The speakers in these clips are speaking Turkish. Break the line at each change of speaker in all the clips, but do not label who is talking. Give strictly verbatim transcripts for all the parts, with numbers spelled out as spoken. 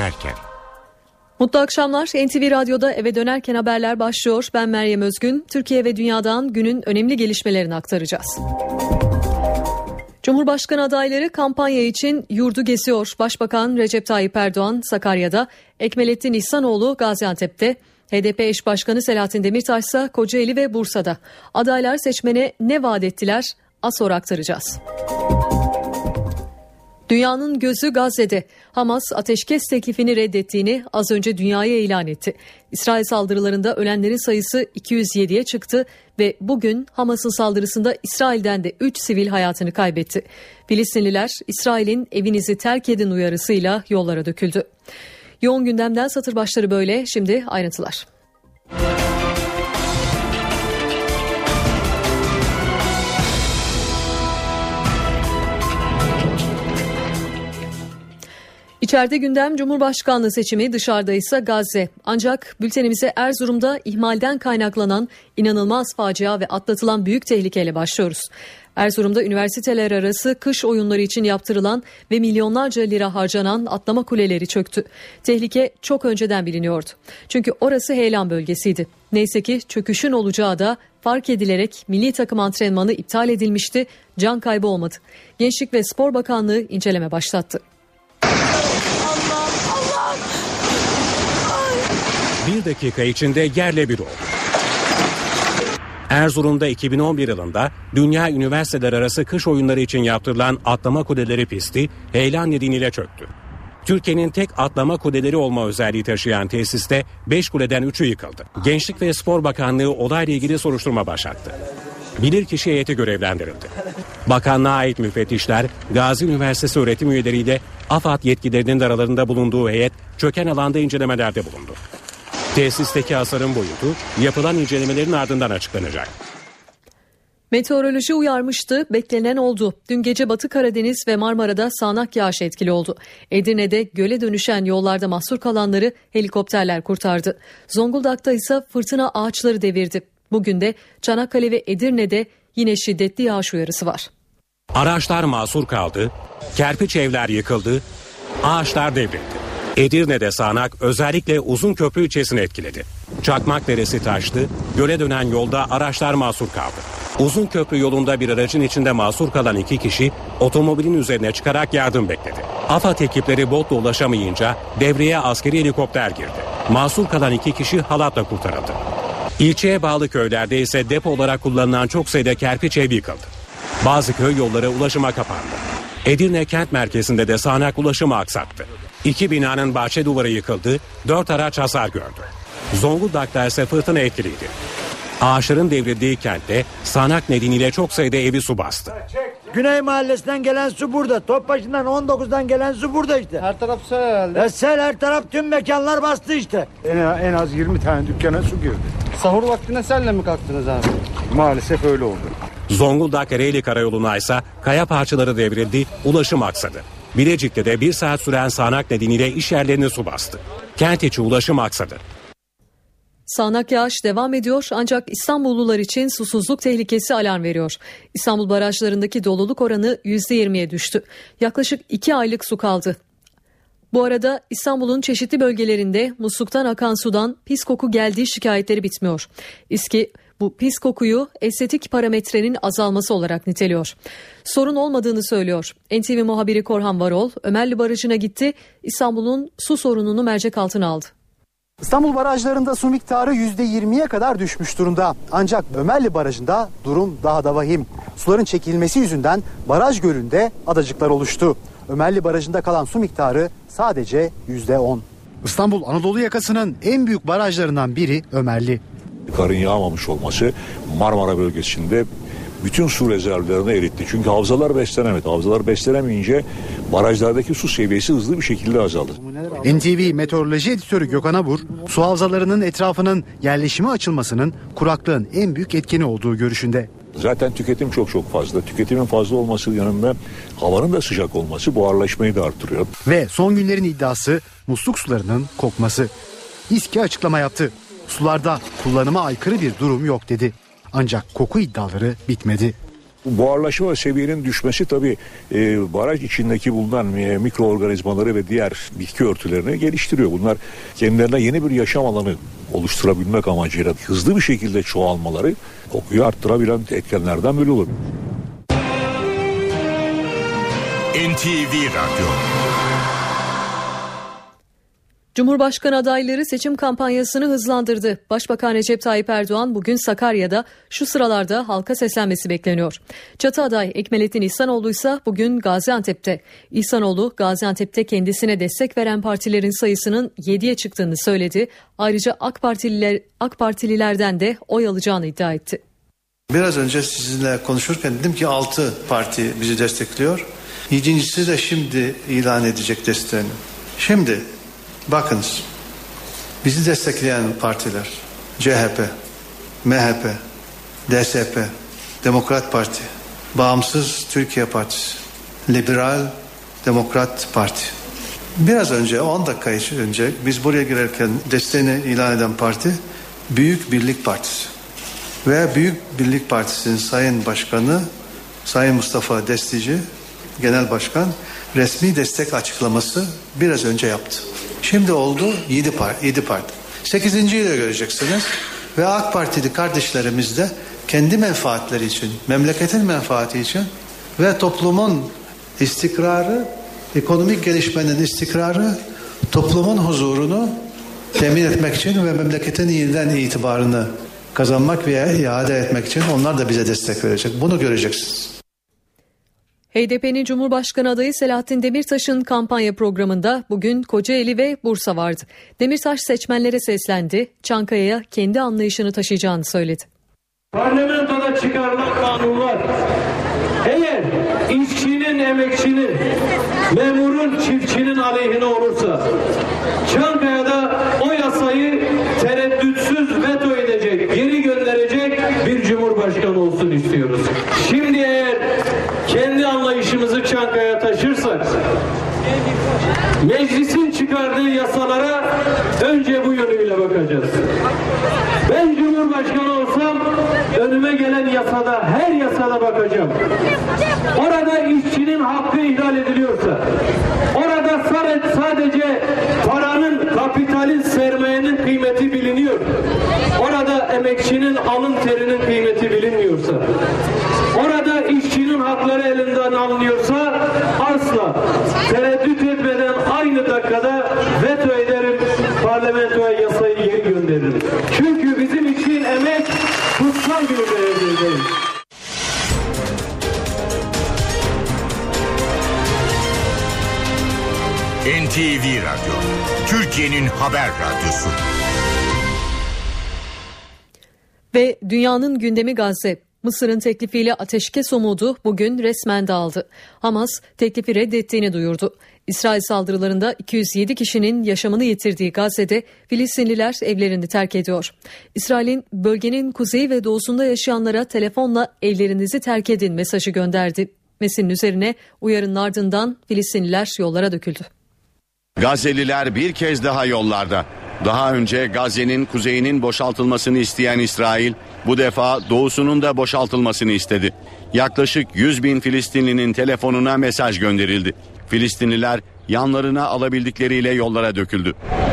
dönerken.
Mutlu akşamlar. N T V Radyo'da Eve Dönerken haberler başlıyor. Ben Meryem Özgün. Türkiye ve dünyadan günün önemli gelişmelerini aktaracağız. Cumhurbaşkanı adayları kampanya için yurdu geziyor. Başbakan Recep Tayyip Erdoğan Sakarya'da, Ekmelettin İhsanoğlu Gaziantep'te, H D P eş başkanı Selahattin Demirtaş ise Kocaeli ve Bursa'da. Adaylar seçmene ne vaat ettiler? Az sonra aktaracağız. Dünyanın gözü Gazze'de. Hamas ateşkes teklifini reddettiğini az önce dünyaya ilan etti. İsrail saldırılarında ölenlerin sayısı iki yüz yediye çıktı ve bugün Hamas'ın saldırısında İsrail'den de üç sivil hayatını kaybetti. Filistinliler İsrail'in evinizi terk edin uyarısıyla yollara döküldü. Yoğun gündemden satır başları böyle, şimdi ayrıntılar. İçeride gündem Cumhurbaşkanlığı seçimi, dışarıda ise Gazze. Ancak bültenimize Erzurum'da ihmalden kaynaklanan inanılmaz facia ve atlatılan büyük tehlikeyle başlıyoruz. Erzurum'da üniversiteler arası kış oyunları için yaptırılan ve milyonlarca lira harcanan atlama kuleleri çöktü. Tehlike çok önceden biliniyordu. Çünkü orası heyelan bölgesiydi. Neyse ki çöküşün olacağı da fark edilerek milli takım antrenmanı iptal edilmişti. Can kaybı olmadı. Gençlik ve Spor Bakanlığı inceleme başlattı.
Bir dakika içinde yerle bir oldu. Erzurum'da iki bin on bir yılında Dünya Üniversiteler Arası Kış Oyunları için yaptırılan atlama kuleleri pisti heyelan nedeniyle çöktü. Türkiye'nin tek atlama kuleleri olma özelliği taşıyan tesiste beş kuleden üçü yıkıldı. Gençlik ve Spor Bakanlığı olayla ilgili soruşturma başlattı. Bilirkişi heyeti görevlendirildi. Bakanlığa ait müfettişler, Gazi Üniversitesi öğretim üyeleriyle AFAD yetkililerinin de aralarında bulunduğu heyet çöken alanda incelemelerde bulundu. Tesisteki hasarın boyutu yapılan incelemelerin ardından açıklanacak.
Meteoroloji uyarmıştı, beklenen oldu. Dün gece Batı Karadeniz ve Marmara'da sağanak yağış etkili oldu. Edirne'de göle dönüşen yollarda mahsur kalanları helikopterler kurtardı. Zonguldak'ta ise fırtına ağaçları devirdi. Bugün de Çanakkale ve Edirne'de yine şiddetli yağış uyarısı var.
Araçlar mahsur kaldı, kerpiç evler yıkıldı, ağaçlar devrildi. Edirne'de sağanak özellikle Uzunköprü ilçesini etkiledi. Çakmakderesi taştı, göle dönen yolda araçlar mahsur kaldı. Uzunköprü yolunda bir aracın içinde mahsur kalan iki kişi otomobilin üzerine çıkarak yardım bekledi. AFAD ekipleri botla ulaşamayınca devreye askeri helikopter girdi. Mahsur kalan iki kişi halatla kurtarıldı. İlçeye bağlı köylerde ise depo olarak kullanılan çok sayıda kerpiç ev yıkıldı. Bazı köy yolları ulaşıma kapandı. Edirne kent merkezinde de sağanak ulaşımı aksattı. İki binanın bahçe duvarı yıkıldı, dört araç hasar gördü. Zonguldak'ta ise fırtına etkiliydi. Ağaçların devrildiği kentte sağanak nedeniyle çok sayıda evi su bastı.
Güney Mahallesi'nden gelen su burada. Topbaşı'ndan on dokuzdan gelen su burada işte.
Her taraf sel herhalde.
Ya sel, her taraf, tüm mekanlar bastı işte.
En, en az yirmi tane dükkana su girdi.
Sahur vaktinde selle mi kalktınız abi?
Maalesef öyle oldu.
Zonguldak Ereğli Karayolu'na ise kaya parçaları devrildi, ulaşım aksadı. Bilecik'te de bir saat süren sağanak nedeniyle iş yerlerini su bastı. Kent içi ulaşım aksadı.
Sağanak yağış devam ediyor ancak İstanbullular için susuzluk tehlikesi alarm veriyor. İstanbul barajlarındaki doluluk oranı yüzde yirmiye düştü. Yaklaşık iki aylık su kaldı. Bu arada İstanbul'un çeşitli bölgelerinde musluktan akan sudan pis koku geldiği şikayetleri bitmiyor. İSKİ bu pis kokuyu estetik parametrenin azalması olarak niteliyor. Sorun olmadığını söylüyor. N T V muhabiri Korhan Varol, Ömerli Barajı'na gitti, İstanbul'un su sorununu mercek altına aldı.
İstanbul barajlarında su miktarı yüzde yirmiye kadar düşmüş durumda. Ancak Ömerli Barajı'nda durum daha da vahim. Suların çekilmesi yüzünden baraj gölünde adacıklar oluştu. Ömerli Barajı'nda kalan su miktarı sadece yüzde on. İstanbul Anadolu yakasının en büyük barajlarından biri Ömerli.
Karın yağmamış olması Marmara bölgesinde bütün su rezervlerini eritti. Çünkü havzalar beslenemedi. Havzalar beslenemeyince barajlardaki su seviyesi hızlı bir şekilde azaldı.
N T V meteoroloji editörü Gökhan Abur, su havzalarının etrafının yerleşime açılmasının kuraklığın en büyük etkeni olduğu görüşünde.
Zaten tüketim çok çok fazla. Tüketimin fazla olması yanında havanın da sıcak olması buharlaşmayı da artırıyor.
Ve son günlerin iddiası musluk sularının kokması. İSKİ açıklama yaptı. Sularda kullanıma aykırı bir durum yok dedi. Ancak koku iddiaları bitmedi.
Buharlaşma ve seviyenin düşmesi tabii e, baraj içindeki bulunan e, mikroorganizmaları ve diğer bitki örtülerini geliştiriyor. Bunlar kendilerine yeni bir yaşam alanı oluşturabilmek amacıyla hızlı bir şekilde çoğalmaları kokuyu arttırabilen etkenlerden biri olabilir.
N T V Radyo.
Cumhurbaşkanı adayları seçim kampanyasını hızlandırdı. Başbakan Recep Tayyip Erdoğan bugün Sakarya'da, şu sıralarda halka seslenmesi bekleniyor. Çatı aday Ekmelettin İhsanoğlu ise bugün Gaziantep'te. İhsanoğlu, Gaziantep'te kendisine destek veren partilerin sayısının yediye çıktığını söyledi. Ayrıca AK Partililer, AK Partililerden de oy alacağını iddia etti.
Biraz önce sizinle konuşurken dedim ki altı parti bizi destekliyor. Yedincisi de şimdi ilan edecek desteğini. Şimdi bakınız, bizi destekleyen partiler C H P, M H P, D S P, Demokrat Parti, Bağımsız Türkiye Partisi, Liberal Demokrat Parti. Biraz önce, on dakika önce biz buraya girerken desteğini ilan eden parti Büyük Birlik Partisi. Ve Büyük Birlik Partisi'nin Sayın Başkanı Sayın Mustafa Destici, Genel Başkan, resmi destek açıklaması biraz önce yaptı. Şimdi oldu yedi parti. yedi parti. sekizinciyi de göreceksiniz. Ve AK Partili kardeşlerimiz de kendi menfaatleri için, memleketin menfaati için ve toplumun istikrarı, ekonomik gelişmenin istikrarı, toplumun huzurunu temin etmek için ve memleketin yeniden itibarını kazanmak veya iade etmek için onlar da bize destek verecek. Bunu göreceksiniz.
H D P'nin Cumhurbaşkanı adayı Selahattin Demirtaş'ın kampanya programında bugün Kocaeli ve Bursa vardı. Demirtaş seçmenlere seslendi, Çankaya'ya kendi anlayışını taşıyacağını söyledi.
Parlamentoda çıkarılan kanunlar eğer işçinin, emekçinin, memurun, çiftçinin aleyhine olursa Çankaya'da o yasayı tereddütsüz veto edecek, geri gönderecek bir cumhurbaşkanı olsun istiyoruz. Şimdi eğer kendi anlayışımızı Çankaya'ya taşırsak meclisin çıkardığı yasalara önce bu yönüyle bakacağız. Ben Cumhurbaşkanı olsam önüme gelen yasada, her yasada bakacağım. Orada işçinin hakkı ihlal ediliyorsa, orada sadece paranın, kapitalin, sermayenin kıymeti biliniyor, orada emekçinin alın terinin kıymeti bilinmiyorsa, orada işçinin hakları elinden alınıyorsa asla tereddüt etmeden aynı dakikada veto ederim, parlamentoya yasayı geri gönderirim. Çünkü bizim için emek kutsal bir değerdir.
N T V Radyo, Türkiye'nin haber radyosu.
Ve dünyanın gündemi Gazze. Mısır'ın teklifiyle ateşkes umudu bugün resmen dağıldı. Hamas teklifi reddettiğini duyurdu. İsrail saldırılarında iki yüz yedi kişinin yaşamını yitirdiği Gazze'de Filistinliler evlerini terk ediyor. İsrail'in bölgenin kuzeyi ve doğusunda yaşayanlara telefonla evlerinizi terk edin mesajı gönderdi. Mesinin üzerine uyarının ardından Filistinliler yollara döküldü.
Gazze'liler bir kez daha yollarda. Daha önce Gazze'nin kuzeyinin boşaltılmasını isteyen İsrail, bu defa doğusunun da boşaltılmasını istedi. Yaklaşık yüz bin Filistinlinin telefonuna mesaj gönderildi. Filistinliler yanlarına alabildikleriyle yollara döküldü.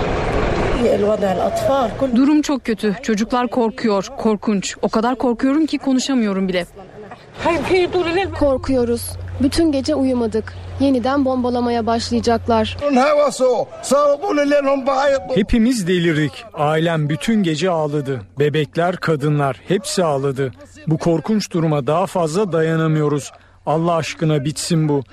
Durum çok kötü. Çocuklar korkuyor. Korkunç. O kadar korkuyorum ki konuşamıyorum bile.
Korkuyoruz. Bütün gece uyumadık. Yeniden bombalamaya başlayacaklar.
Hepimiz delirdik. Ailem bütün gece ağladı. Bebekler, kadınlar hepsi ağladı. Bu korkunç duruma daha fazla dayanamıyoruz. Allah aşkına bitsin bu.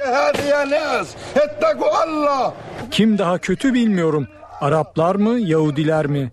Kim daha kötü bilmiyorum. Araplar mı, Yahudiler mi?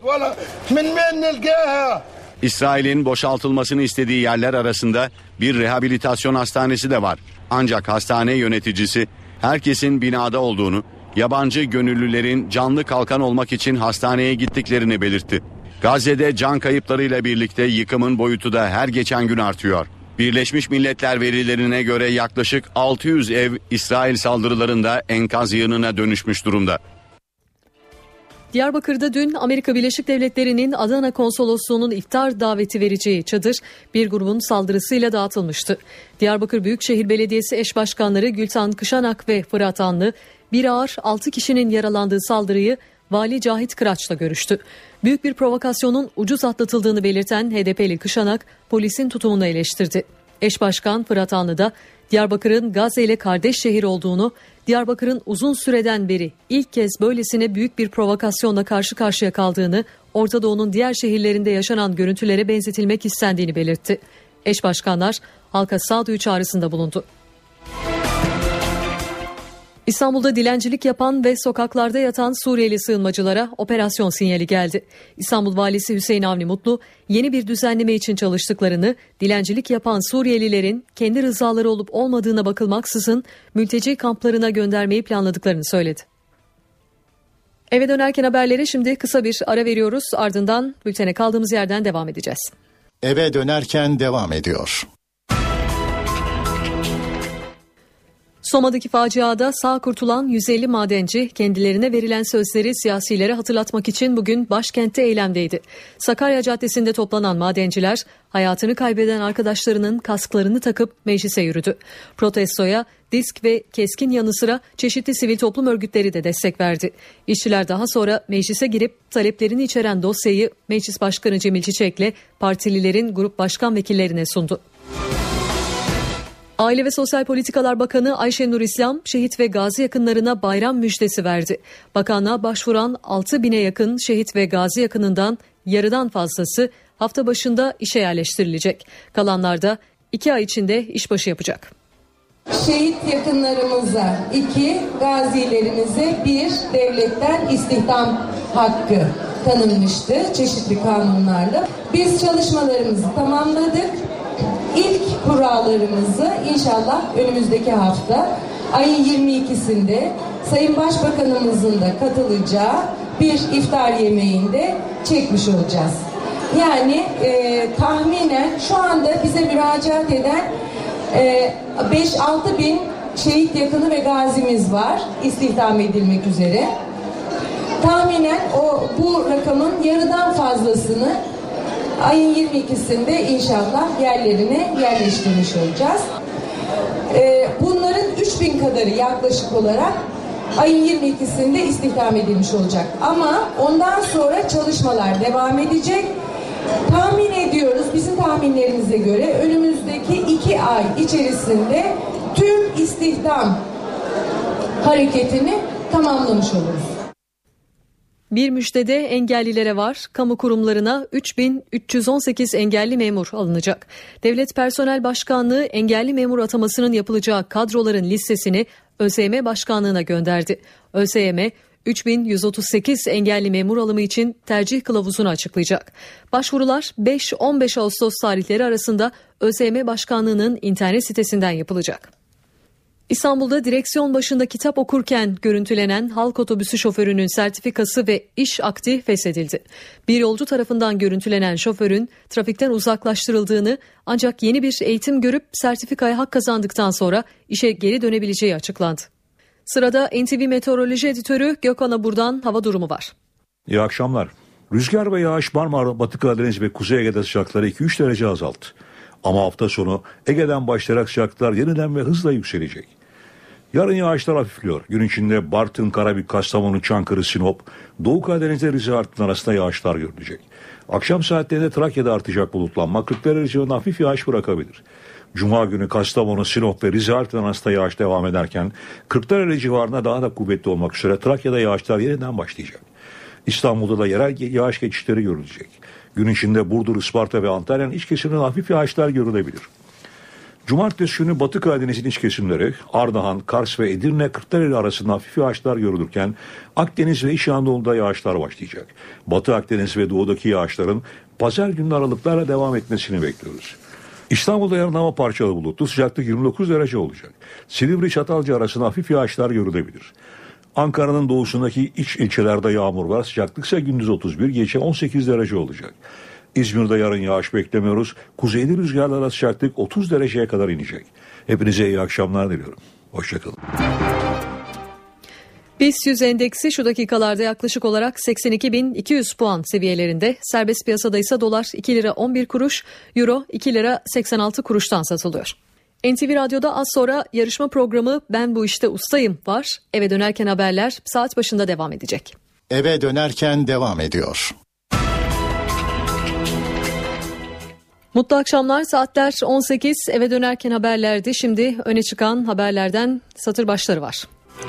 İsrail'in boşaltılmasını istediği yerler arasında bir rehabilitasyon hastanesi de var. Ancak hastane yöneticisi herkesin binada olduğunu, yabancı gönüllülerin canlı kalkan olmak için hastaneye gittiklerini belirtti. Gazze'de can kayıplarıyla birlikte yıkımın boyutu da her geçen gün artıyor. Birleşmiş Milletler verilerine göre yaklaşık altı yüz ev İsrail saldırılarında enkaz yığınına dönüşmüş durumda.
Diyarbakır'da dün Amerika Birleşik Devletleri'nin Adana Konsolosluğu'nun iftar daveti vereceği çadır bir grubun saldırısıyla dağıtılmıştı. Diyarbakır Büyükşehir Belediyesi eş başkanları Gültan Kışanak ve Fırat Anlı bir ağır altı kişinin yaralandığı saldırıyı Vali Cahit Kıraç'la görüştü. Büyük bir provokasyonun ucuz atlatıldığını belirten H D P'li Kışanak polisin tutumunu eleştirdi. Eş başkan Fırat Anlı da Diyarbakır'ın Gazze ile kardeş şehir olduğunu, Diyarbakır'ın uzun süreden beri ilk kez böylesine büyük bir provokasyonla karşı karşıya kaldığını, Orta Doğu'nun diğer şehirlerinde yaşanan görüntülere benzetilmek istendiğini belirtti. Eş başkanlar halka sağduyu çağrısında bulundu. İstanbul'da dilencilik yapan ve sokaklarda yatan Suriyeli sığınmacılara operasyon sinyali geldi. İstanbul Valisi Hüseyin Avni Mutlu, yeni bir düzenleme için çalıştıklarını, dilencilik yapan Suriyelilerin kendi rızaları olup olmadığına bakılmaksızın mülteci kamplarına göndermeyi planladıklarını söyledi. Eve dönerken haberlere şimdi kısa bir ara veriyoruz. Ardından bültene kaldığımız yerden devam edeceğiz.
Eve dönerken devam ediyor.
Soma'daki faciada sağ kurtulan yüz elli madenci kendilerine verilen sözleri siyasilere hatırlatmak için bugün başkentte eylemdeydi. Sakarya Caddesi'nde toplanan madenciler hayatını kaybeden arkadaşlarının kasklarını takıp meclise yürüdü. Protestoya DİSK ve KESK'in yanı sıra çeşitli sivil toplum örgütleri de destek verdi. İşçiler daha sonra meclise girip taleplerini içeren dosyayı Meclis Başkanı Cemil Çiçek'le partililerin grup başkan vekillerine sundu. Aile ve Sosyal Politikalar Bakanı Ayşenur İslam, şehit ve gazi yakınlarına bayram müjdesi verdi. Bakanlığa başvuran altı bine yakın şehit ve gazi yakınından yarıdan fazlası hafta başında işe yerleştirilecek. Kalanlar da iki ay içinde işbaşı yapacak.
Şehit yakınlarımıza iki, gazilerimize bir devletten istihdam hakkı tanınmıştı çeşitli kanunlarla. Biz çalışmalarımızı tamamladık. İlk kurallarımızı inşallah önümüzdeki hafta ayın yirmi ikisinde Sayın Başbakanımızın da katılacağı bir iftar yemeğinde çekmiş olacağız. Yani e, tahminen şu anda bize müracaat eden e, beş altı bin şehit yakını ve gazimiz var istihdam edilmek üzere. Tahminen o bu rakamın yarıdan fazlasını ayın yirmi ikisinde inşallah yerlerine yerleştirmiş olacağız. Ee, bunların üç bin kadarı yaklaşık olarak ayın yirmi ikisinde istihdam edilmiş olacak. Ama ondan sonra çalışmalar devam edecek. Tahmin ediyoruz, bizim tahminlerimize göre önümüzdeki iki ay içerisinde tüm istihdam hareketini tamamlamış oluruz.
Bir müjdede engellilere var. Kamu kurumlarına üç bin üç yüz on sekiz engelli memur alınacak. Devlet Personel Başkanlığı engelli memur atamasının yapılacağı kadroların listesini ÖSYM Başkanlığı'na gönderdi. ÖSYM üç bin yüz otuz sekiz engelli memur alımı için tercih kılavuzunu açıklayacak. Başvurular beş on beş Ağustos tarihleri arasında ÖSYM Başkanlığı'nın internet sitesinden yapılacak. İstanbul'da direksiyon başında kitap okurken görüntülenen halk otobüsü şoförünün sertifikası ve iş akdi feshedildi. Bir yolcu tarafından görüntülenen şoförün trafikten uzaklaştırıldığını ancak yeni bir eğitim görüp sertifikaya hak kazandıktan sonra işe geri dönebileceği açıklandı. Sırada N T V Meteoroloji Editörü Gökhan Abur'dan hava durumu var.
İyi akşamlar. Rüzgar ve yağış Marmara, Batı Karadeniz ve Kuzey Ege'de sıcaklıkları iki üç derece azalttı. Ama hafta sonu Ege'den başlayarak sıcaklıklar yeniden ve hızla yükselecek. Yarın yağışlar hafifliyor. Gün içinde Bartın, Karabük, Kastamonu, Çankırı, Sinop, Doğu Karadeniz'de Rize Artvin arasında yağışlar görülecek. Akşam saatlerinde Trakya'da artacak bulutlanma Kırklareli civarında hafif yağış bırakabilir. Cuma günü Kastamonu, Sinop ve Rize Artvin arasında yağış devam ederken Kırklareli civarında daha da kuvvetli olmak üzere Trakya'da yağışlar yeniden başlayacak. İstanbul'da da yerel yağış geçişleri görülecek. Gün içinde Burdur, Isparta ve Antalya'nın iç kesiminde hafif yağışlar görülebilir. Cumartesi günü Batı Karadeniz'in iç kesimleri, Ardahan, Kars ve Edirne, Kırklareli arasında hafif yağışlar görülürken Akdeniz ve İç Anadolu'da yağışlar başlayacak. Batı Akdeniz ve doğudaki yağışların pazar günü aralıklarla devam etmesini bekliyoruz. İstanbul'da yarın hava parçalı bulutlu, sıcaklık yirmi dokuz derece olacak. Silivri, Çatalca arasında hafif yağışlar görülebilir. Ankara'nın doğusundaki iç ilçelerde yağmur var, sıcaklık ise gündüz otuz bir, gece on sekiz derece olacak. İzmir'de yarın yağış beklemiyoruz. Kuzeyli rüzgarlarla sıcaklık otuz dereceye kadar inecek. Hepinize iyi akşamlar diliyorum. Hoşçakalın.
BIST yüz endeksi şu dakikalarda yaklaşık olarak seksen iki bin iki yüz puan seviyelerinde. Serbest piyasada ise dolar iki lira on bir kuruş, euro iki lira seksen altı kuruştan satılıyor. N T V Radyo'da az sonra yarışma programı Ben Bu İşte Ustayım var. Eve dönerken haberler saat başında devam edecek.
Eve dönerken devam ediyor.
Mutlu akşamlar, saatler on sekiz. Eve dönerken haberlerde şimdi öne çıkan haberlerden satır başları var.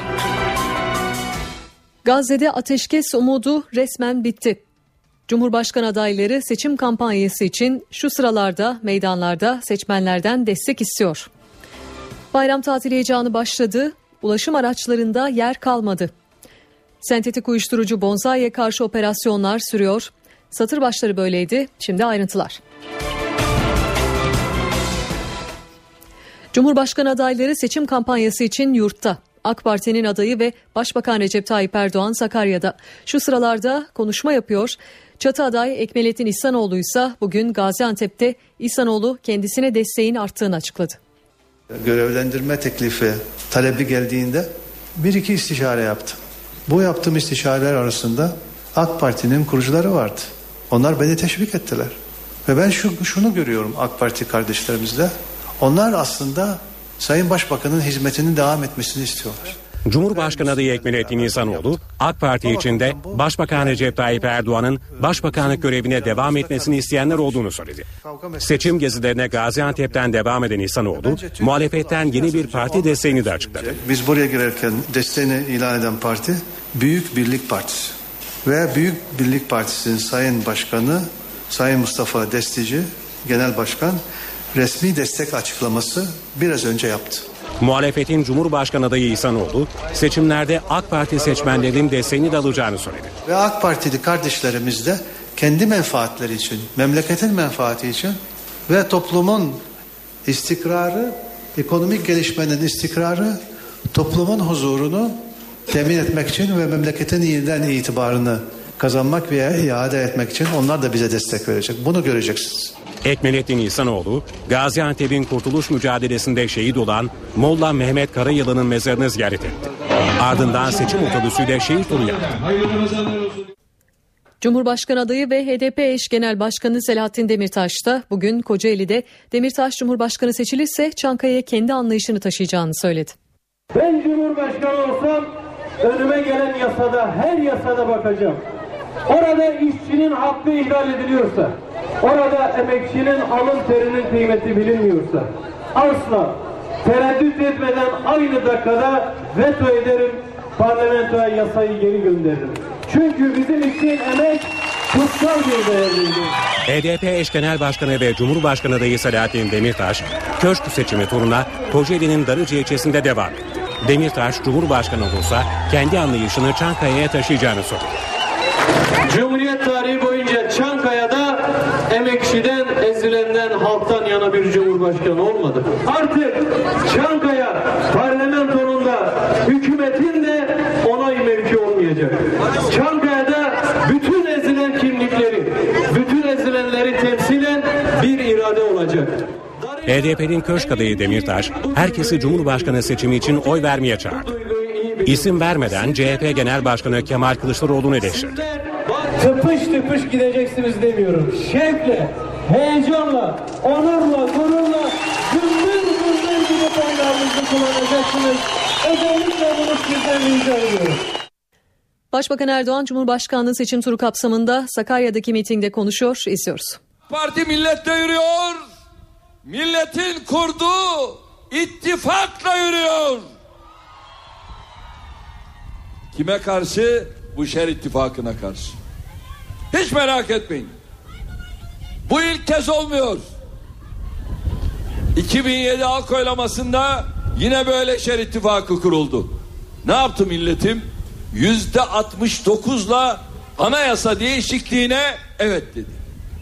Gazze'de ateşkes umudu resmen bitti. Cumhurbaşkanı adayları seçim kampanyası için şu sıralarda meydanlarda seçmenlerden destek istiyor. Bayram tatili heyecanı başladı, ulaşım araçlarında yer kalmadı. Sentetik uyuşturucu bonzaiye karşı operasyonlar sürüyor. Satır başları böyleydi, şimdi ayrıntılar. Cumhurbaşkanı adayları seçim kampanyası için yurtta. AK Parti'nin adayı ve Başbakan Recep Tayyip Erdoğan Sakarya'da. Şu sıralarda konuşma yapıyor. Çatı aday Ekmelettin İhsanoğlu ise bugün Gaziantep'te İhsanoğlu kendisine desteğin arttığını açıkladı.
Görevlendirme teklifi talebi geldiğinde bir iki istişare yaptım. Bu yaptığım istişareler arasında AK Parti'nin kurucuları vardı. Onlar beni teşvik ettiler. Ve ben şu, şunu görüyorum AK Parti kardeşlerimizde. Onlar aslında Sayın Başbakan'ın hizmetinin devam etmesini istiyorlar.
Cumhurbaşkanı adayı Ekmelettin İhsanoğlu, AK Parti içinde Başbakan Recep Tayyip Erdoğan'ın başbakanlık görevine devam etmesini isteyenler olduğunu söyledi. Seçim gezilerine Gaziantep'ten devam eden İhsanoğlu, muhalefetten yeni bir parti desteğini de açıkladı.
Biz buraya girerken desteğini ilan eden parti Büyük Birlik Partisi. Ve Büyük Birlik Partisi'nin Sayın Başkanı, Sayın Mustafa Destici, Genel Başkan, resmi destek açıklaması biraz önce yaptı.
Muhalefetin Cumhurbaşkanı adayı İhsanoğlu, seçimlerde AK Parti seçmenlerinin desteğini de alacağını söyledi.
Ve AK Partili kardeşlerimiz de kendi menfaatleri için, memleketin menfaati için ve toplumun istikrarı, ekonomik gelişmenin istikrarı, toplumun huzurunu temin etmek için ve memleketin yeniden itibarını kazanmak veya iade etmek için onlar da bize destek verecek. Bunu göreceksiniz.
Ekmelettin İhsanoğlu, Gaziantep'in kurtuluş mücadelesinde şehit olan Molla Mehmet Karayılan'ın mezarını ziyaret etti. Ardından seçim otobüsüyle şehit turu yaptı.
Cumhurbaşkanı adayı ve H D P eş genel başkanı Selahattin Demirtaş da bugün Kocaeli'de Demirtaş Cumhurbaşkanı seçilirse Çankaya'ya kendi anlayışını taşıyacağını söyledi.
Ben Cumhurbaşkanı olsam önüme gelen yasada, her yasada bakacağım. Orada işçinin hakkı ihlal ediliyorsa, orada emekçinin alın terinin kıymeti bilinmiyorsa, asla tereddüt etmeden aynı dakikada veto ederim, parlamentoya yasayı geri gönderirim. Çünkü bizim için emek kutsal bir değerlidir.
H D P eş genel başkanı ve Cumhurbaşkanı adayı Selahattin Demirtaş, köşk seçimi turuna Kocaeli'nin Darıca ilçesinde devam etti. Demirtaş, Cumhurbaşkanı olursa kendi anlayışını Çankaya'ya taşıyacağını söyledi.
Cumhuriyet tarihi boyunca Çankaya'da emekçiden, ezilenden, halktan yana bir cumhurbaşkanı olmadı. Artık Çankaya parlamentonunda hükümetin de onay mevki olmayacak. Çankaya'da bütün ezilen kimlikleri, bütün ezilenleri temsilen bir irade olacak.
H D P'nin köşk adayı Demirtaş, herkesi Cumhurbaşkanı seçimi için oy vermeye çağırdı. İsim vermeden C H P Genel Başkanı Kemal Kılıçdaroğlu'nu eleştirdi.
Tıpış tıpış gideceksiniz demiyorum. Şevkle, heyecanla, onurla, gururla, gümbür gümbür gidip oylarınızı kullanacaksınız. Özellikle bunu sizden rica ediyorum.
Başbakan Erdoğan Cumhurbaşkanlığı seçim turu kapsamında Sakarya'daki mitingde konuşuyor, izliyoruz.
Parti millette yürüyor, milletin kurduğu ittifakla yürüyor. Kime karşı? Bu şer ittifakına karşı. Hiç merak etmeyin. Bu ilk kez olmuyor. iki bin yedi halk oylamasında yine böyle şer ittifakı kuruldu. Ne yaptı milletim? Yüzde altmış dokuzla anayasa değişikliğine evet dedi.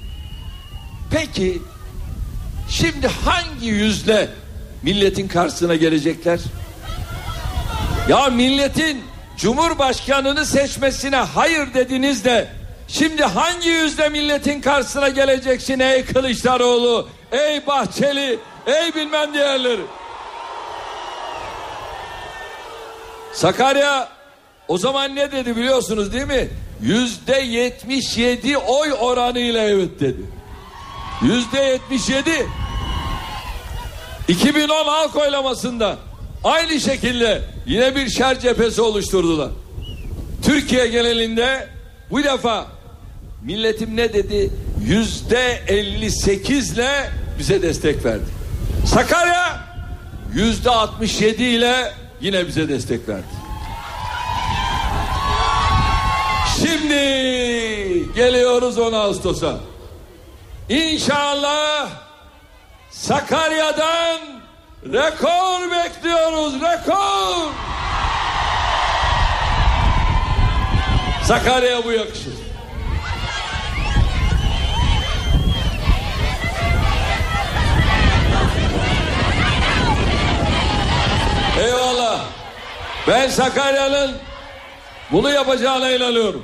Peki şimdi hangi yüzle milletin karşısına gelecekler? Ya milletin Cumhurbaşkanını seçmesine hayır dediniz de şimdi hangi yüzle milletin karşısına geleceksin ey Kılıçdaroğlu, ey Bahçeli, ey bilmem diğerleri? Sakarya o zaman ne dedi biliyorsunuz değil mi? Yüzde yetmiş yedi oy oranıyla evet dedi. Yüzde yetmiş yedi. iki bin on halk oylamasında aynı şekilde yine bir şer cephesi oluşturdular. Türkiye genelinde bu defa milletim ne dedi? Yüzde elli sekizle bize destek verdi. Sakarya yüzde altmış yedi ile yine bize destek verdi. Şimdi geliyoruz on Ağustos'a. İnşallah Sakarya'dan rekor bekliyoruz, rekor. Sakarya'ya bu yakışır. Eyvallah. Ben Sakarya'nın bunu yapacağına inanıyorum.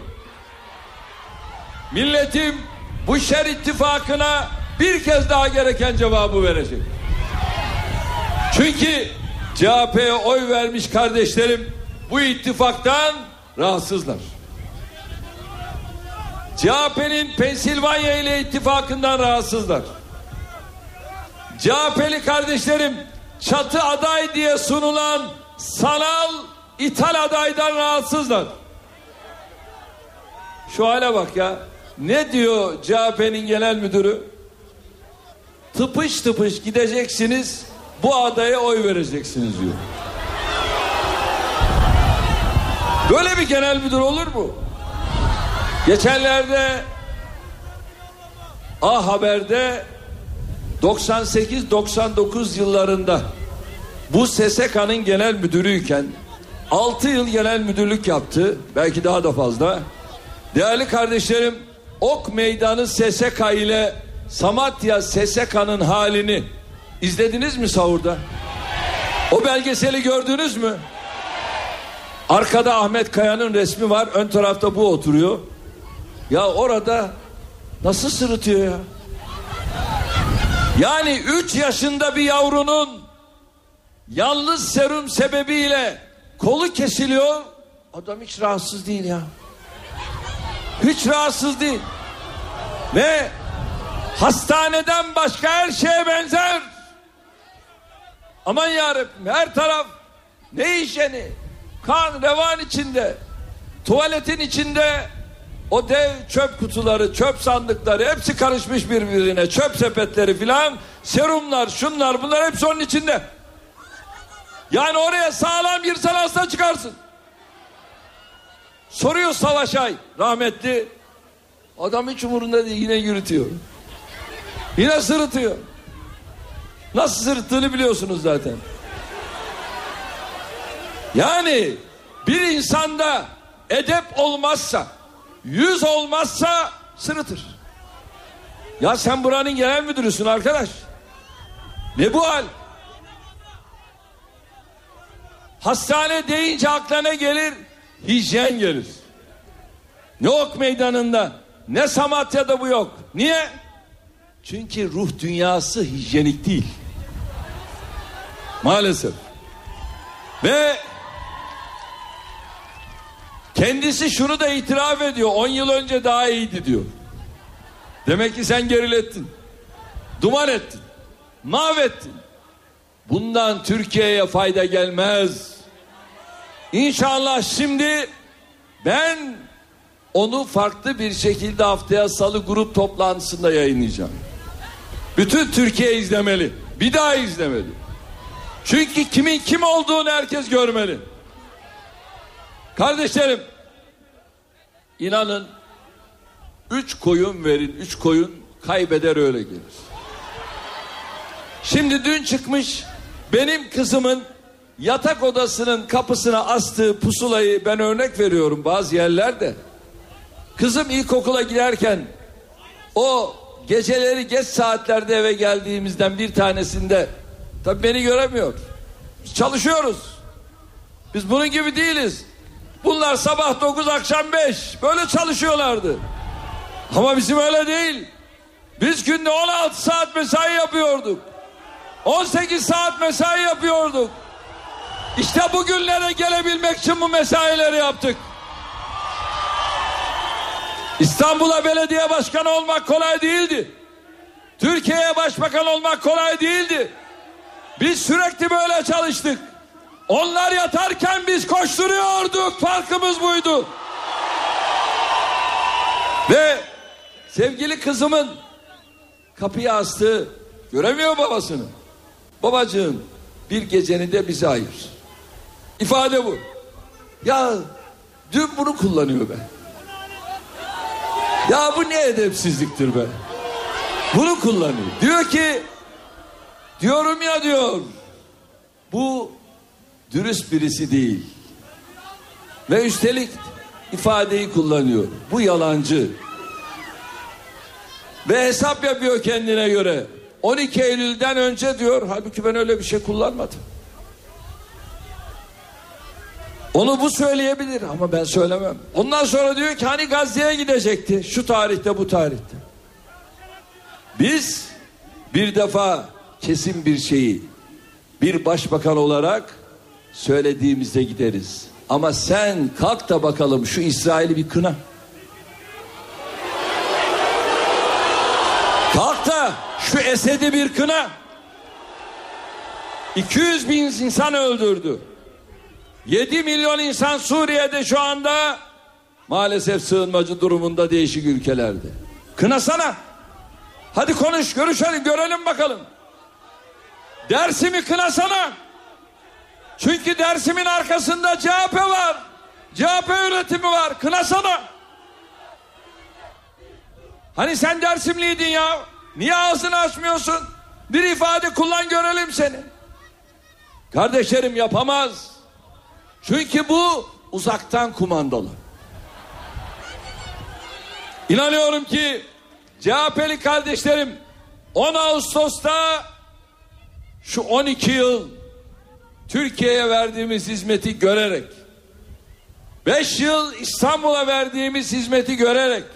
Milletim bu şer ittifakına bir kez daha gereken cevabı verecek. Çünkü C H P'ye oy vermiş kardeşlerim bu ittifaktan rahatsızlar. C H P'nin Pensilvanya ile ittifakından rahatsızlar. C H P'li kardeşlerim çatı aday diye sunulan sanal ithal adaydan rahatsızlar. Şu hale bak ya. Ne diyor C H P'nin genel müdürü? Tıpış tıpış gideceksiniz, bu adaya oy vereceksiniz diyor. Böyle bir genel müdür olur mu? Geçenlerde A Haber'de doksan sekiz doksan dokuz yıllarında bu S S K'nın genel müdürüyken altı yıl genel müdürlük yaptı, belki daha da fazla. Değerli kardeşlerim, Ok Meydanı S S K ile Samatya S S K'nın halini izlediniz mi sahurda? O belgeseli gördünüz mü? Arkada Ahmet Kaya'nın resmi var, ön tarafta bu oturuyor. Ya orada nasıl sırıtıyor ya? Yani üç yaşında bir yavrunun yalnız serum sebebiyle kolu kesiliyor. Adam hiç rahatsız değil ya. Hiç rahatsız değil. Ve hastaneden başka her şeye benzer. Aman yarabbim, her taraf ne hijyeni, kan revan içinde, tuvaletin içinde o dev çöp kutuları, çöp sandıkları hepsi karışmış birbirine, çöp sepetleri filan, serumlar, şunlar, bunlar hepsi onun içinde. Yani oraya sağlam girsen hasta çıkarsın. Soruyor Savaş Ay rahmetli, adam hiç umurunda değil, yine yürütüyor. Yine sırıtıyor. Nasıl sırıttığını biliyorsunuz zaten. Yani bir insanda edep olmazsa, yüz olmazsa sırıtır. Ya sen buranın genel müdürüsün arkadaş. Ne bu hal? Hastane deyince aklına gelir, hijyen gelir. Ne Ok Meydanı'nda, ne Samatya'da bu yok. Niye? Çünkü ruh dünyası hijyenik değil. Maalesef. Ve kendisi şunu da itiraf ediyor. On yıl önce daha iyiydi diyor. Demek ki sen gerilettin. Duman ettin. Mahvettin. Bundan Türkiye'ye fayda gelmez. İnşallah şimdi ben onu farklı bir şekilde haftaya salı grup toplantısında yayınlayacağım. Bütün Türkiye izlemeli. Bir daha izlemeli. Çünkü kimin kim olduğunu herkes görmeli. Kardeşlerim, inanın üç koyun verin, üç koyun kaybeder öyle gelir. Şimdi dün çıkmış benim kızımın yatak odasının kapısına astığı pusulayı ben örnek veriyorum bazı yerlerde. Kızım ilkokula giderken o geceleri geç saatlerde eve geldiğimizden bir tanesinde tabii beni göremiyor. Biz çalışıyoruz. Biz bunun gibi değiliz. Bunlar sabah dokuz akşam beş böyle çalışıyorlardı. Ama bizim öyle değil. Biz günde on altı saat mesai yapıyorduk. on sekiz saat mesai yapıyorduk. İşte bugünlere gelebilmek için bu mesaileri yaptık. İstanbul'a belediye başkanı olmak kolay değildi. Türkiye'ye başbakan olmak kolay değildi. Biz sürekli böyle çalıştık. Onlar yatarken biz koşturuyorduk. Farkımız buydu. Ve sevgili kızımın kapıya astığı, göremiyor babasını. Babacığım, bir geceni de bize ayır. İfade bu. Ya dün bunu kullanıyor be. Ya bu ne edepsizliktir be. Bunu kullanıyor. Diyor ki, diyorum ya diyor, bu dürüst birisi değil. Ve üstelik ifadeyi kullanıyor. Bu yalancı. Ve hesap yapıyor kendine göre. on iki Eylül'den önce diyor, halbuki ben öyle bir şey kullanmadım. Onu bu söyleyebilir ama ben söylemem. Ondan sonra diyor ki hani Gazze'ye gidecekti. Şu tarihte, bu tarihte. Biz bir defa kesin bir şeyi bir başbakan olarak söylediğimizde gideriz. Ama sen kalk da bakalım şu İsrail'i bir kına. Kalk da şu Esed'i bir kına. iki yüz bin insan öldürdü. yedi milyon insan Suriye'de şu anda maalesef sığınmacı durumunda değişik ülkelerde. Kınasana. Hadi konuş, görüşelim, görelim bakalım. Dersim'i kınasana. Çünkü Dersim'in arkasında C H P var. C H P yönetimi var. Kınasana. Hani sen Dersimliydin ya. Niye ağzını açmıyorsun? Bir ifade kullan görelim seni. Kardeşlerim yapamaz. Çünkü bu uzaktan kumandalı. İnanıyorum ki C H P'li kardeşlerim on Ağustos'ta şu on iki yıl Türkiye'ye verdiğimiz hizmeti görerek, beş yıl İstanbul'a verdiğimiz hizmeti görerek,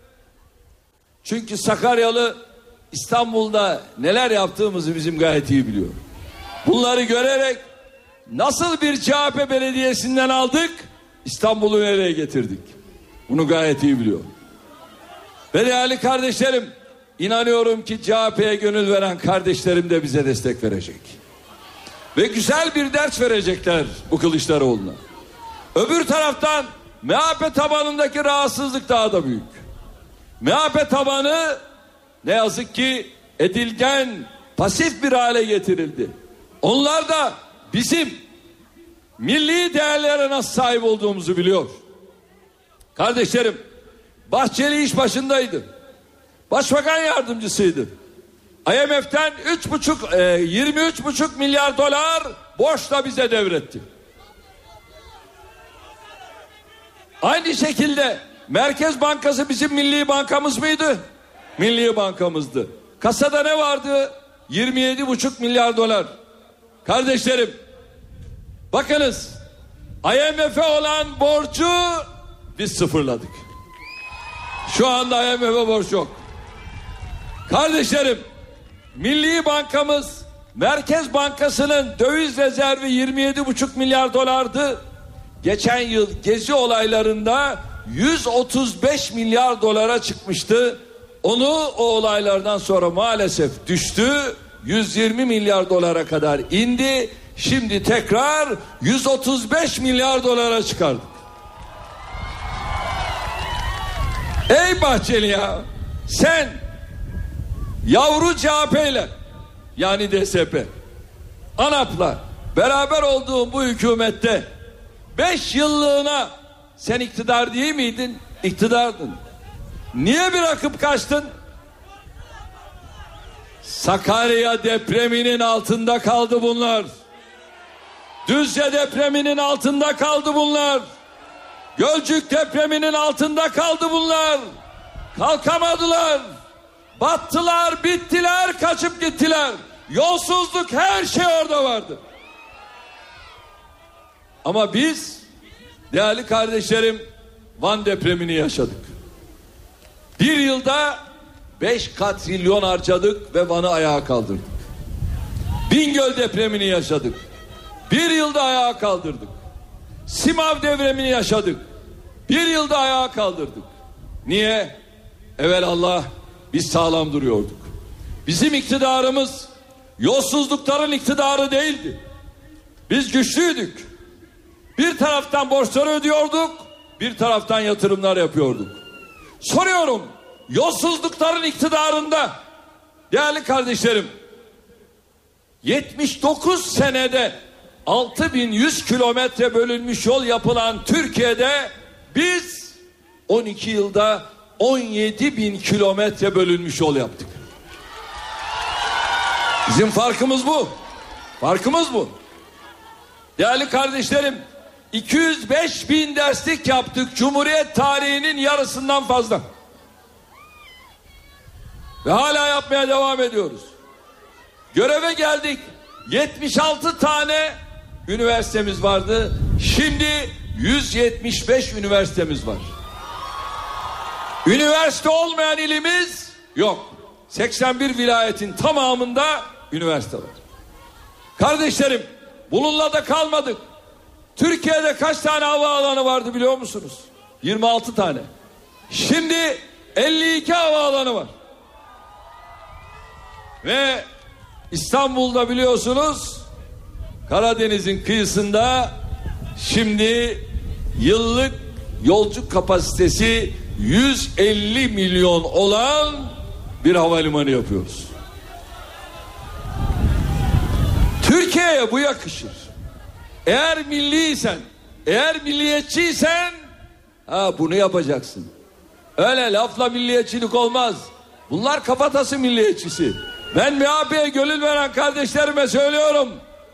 çünkü Sakaryalı İstanbul'da neler yaptığımızı bizim gayet iyi biliyor. Bunları görerek nasıl bir C H P belediyesinden aldık, İstanbul'u nereye getirdik? Bunu gayet iyi biliyor. Ve değerli kardeşlerim, inanıyorum ki C H P'ye gönül veren kardeşlerim de bize destek verecek. Ve güzel bir ders verecekler bu Kılıçdaroğlu'na. Öbür taraftan M H P tabanındaki rahatsızlık daha da büyük. M H P tabanı ne yazık ki edilgen, pasif bir hale getirildi. Onlar da bizim milli değerlere nasıl sahip olduğumuzu biliyor. Kardeşlerim, Bahçeli iş başındaydı. Başbakan yardımcısıydı. I M F'ten üç buçuk, yirmi üç buçuk milyar dolar borçla bize devretti. Aynı şekilde Merkez Bankası bizim milli bankamız mıydı? Milli bankamızdı. Kasada ne vardı? yirmi yedi buçuk milyar dolar. Kardeşlerim, bakınız, I M F'e olan borcu biz sıfırladık. Şu anda I M F'e borç yok. Kardeşlerim, Milli Bankamız, Merkez Bankası'nın döviz rezervi yirmi yedi buçuk milyar dolardı. Geçen yıl gezi olaylarında yüz otuz beş milyar dolara çıkmıştı. Onu o olaylardan sonra maalesef düştü. yüz yirmi milyar dolara kadar indi. Şimdi tekrar yüz otuz beş milyar dolara çıkardık. Ey Bahçeli ya, sen yavru C H P ile, yani D S P, ANAP'la beraber olduğun bu hükümette beş yıllığına sen iktidar değil miydin? İktidardın. Niye bırakıp kaçtın? Sakarya depreminin altında kaldı bunlar. Düzce depreminin altında kaldı bunlar. Gölcük depreminin altında kaldı bunlar. Kalkamadılar. Battılar, bittiler, kaçıp gittiler. Yolsuzluk, her şey orada vardı. Ama biz, değerli kardeşlerim, Van depremini yaşadık. Bir yılda beş katrilyon harcadık ve Van'ı ayağa kaldırdık. Bingöl depremini yaşadık. Bir yılda ayağa kaldırdık. Simav devremini yaşadık. Bir yılda ayağa kaldırdık. Niye? Evelallah biz sağlam duruyorduk. Bizim iktidarımız yolsuzlukların iktidarı değildi. Biz güçlüydük. Bir taraftan borçları ödüyorduk, bir taraftan yatırımlar yapıyorduk. Soruyorum, yolsuzlukların iktidarında değerli kardeşlerim, yetmiş dokuz senede altı bin yüz kilometre bölünmüş yol yapılan Türkiye'de biz on iki yılda on yedi bin kilometre bölünmüş yol yaptık. Bizim farkımız bu. Farkımız bu. Değerli kardeşlerim, iki yüz beş bin derslik yaptık, Cumhuriyet tarihinin yarısından fazla. Ve hala yapmaya devam ediyoruz. Göreve geldik. yetmiş altı tane üniversitemiz vardı. Şimdi yüz yetmiş beş üniversitemiz var. Üniversite olmayan ilimiz yok. seksen bir vilayetin tamamında üniversite var. Kardeşlerim, bununla da kalmadık. Türkiye'de kaç tane havaalanı vardı biliyor musunuz? yirmi altı tane. Şimdi elli iki havaalanı var. Ve İstanbul'da biliyorsunuz Karadeniz'in kıyısında şimdi yıllık yolcu kapasitesi yüz elli milyon olan bir havalimanı yapıyoruz. Türkiye'ye bu yakışır. Eğer milliysen, eğer milliyetçiysen ha bunu yapacaksın. Öyle lafla milliyetçilik olmaz. Bunlar kafatası milliyetçisi. Ben M H P'ye gönül veren kardeşlerime söylüyorum.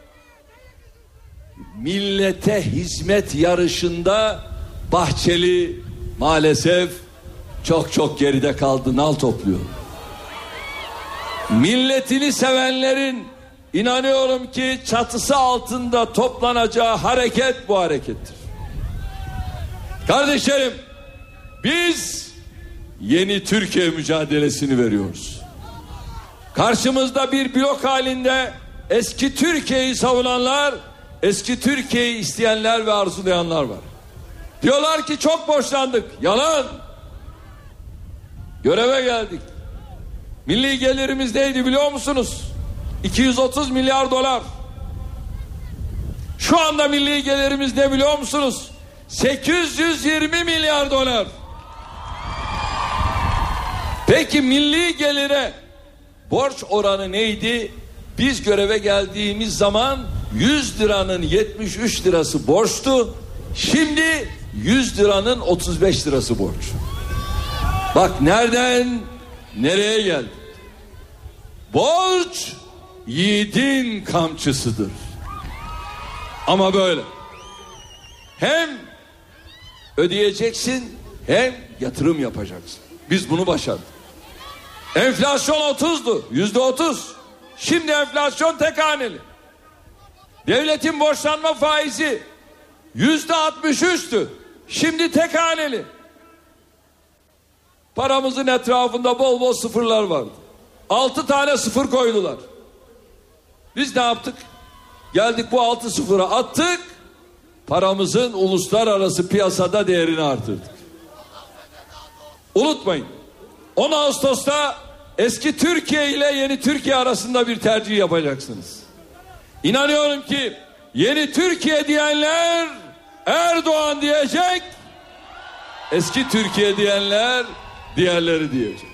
Millete hizmet yarışında Bahçeli maalesef çok çok geride kaldı, nal topluyor. Milletini sevenlerin inanıyorum ki çatısı altında toplanacağı hareket bu harekettir. Kardeşlerim, biz yeni Türkiye mücadelesini veriyoruz. Karşımızda bir blok halinde eski Türkiye'yi savunanlar, eski Türkiye'yi isteyenler ve arzulayanlar var. Diyorlar ki çok borçlandık. Yalan. Göreve geldik. Milli gelirimiz neydi biliyor musunuz? iki yüz otuz milyar dolar. Şu anda milli gelirimiz ne biliyor musunuz? sekiz yüz yirmi milyar dolar. Peki milli gelire borç oranı neydi? Biz göreve geldiğimiz zaman yüz liranın yetmiş üç lirası borçtu. Şimdi yüz liranın otuz beş lirası borç. Bak nereden nereye geldi? Borç yiğidin kamçısıdır. Ama böyle. Hem ödeyeceksin hem yatırım yapacaksın. Biz bunu başardık. Enflasyon otuzdu, yüzde otuz. Şimdi enflasyon tek haneli. Devletin borçlanma faizi yüzde altmış üçtü. Şimdi tek haneli. Paramızın etrafında bol bol sıfırlar vardı. Altı tane sıfır koydular. Biz ne yaptık? Geldik bu altı sıfıra attık. Paramızın uluslararası piyasada değerini artırdık. Unutmayın. on Ağustos'ta eski Türkiye ile yeni Türkiye arasında bir tercih yapacaksınız. İnanıyorum ki yeni Türkiye diyenler Erdoğan diyecek. Eski Türkiye diyenler diğerleri diyecek.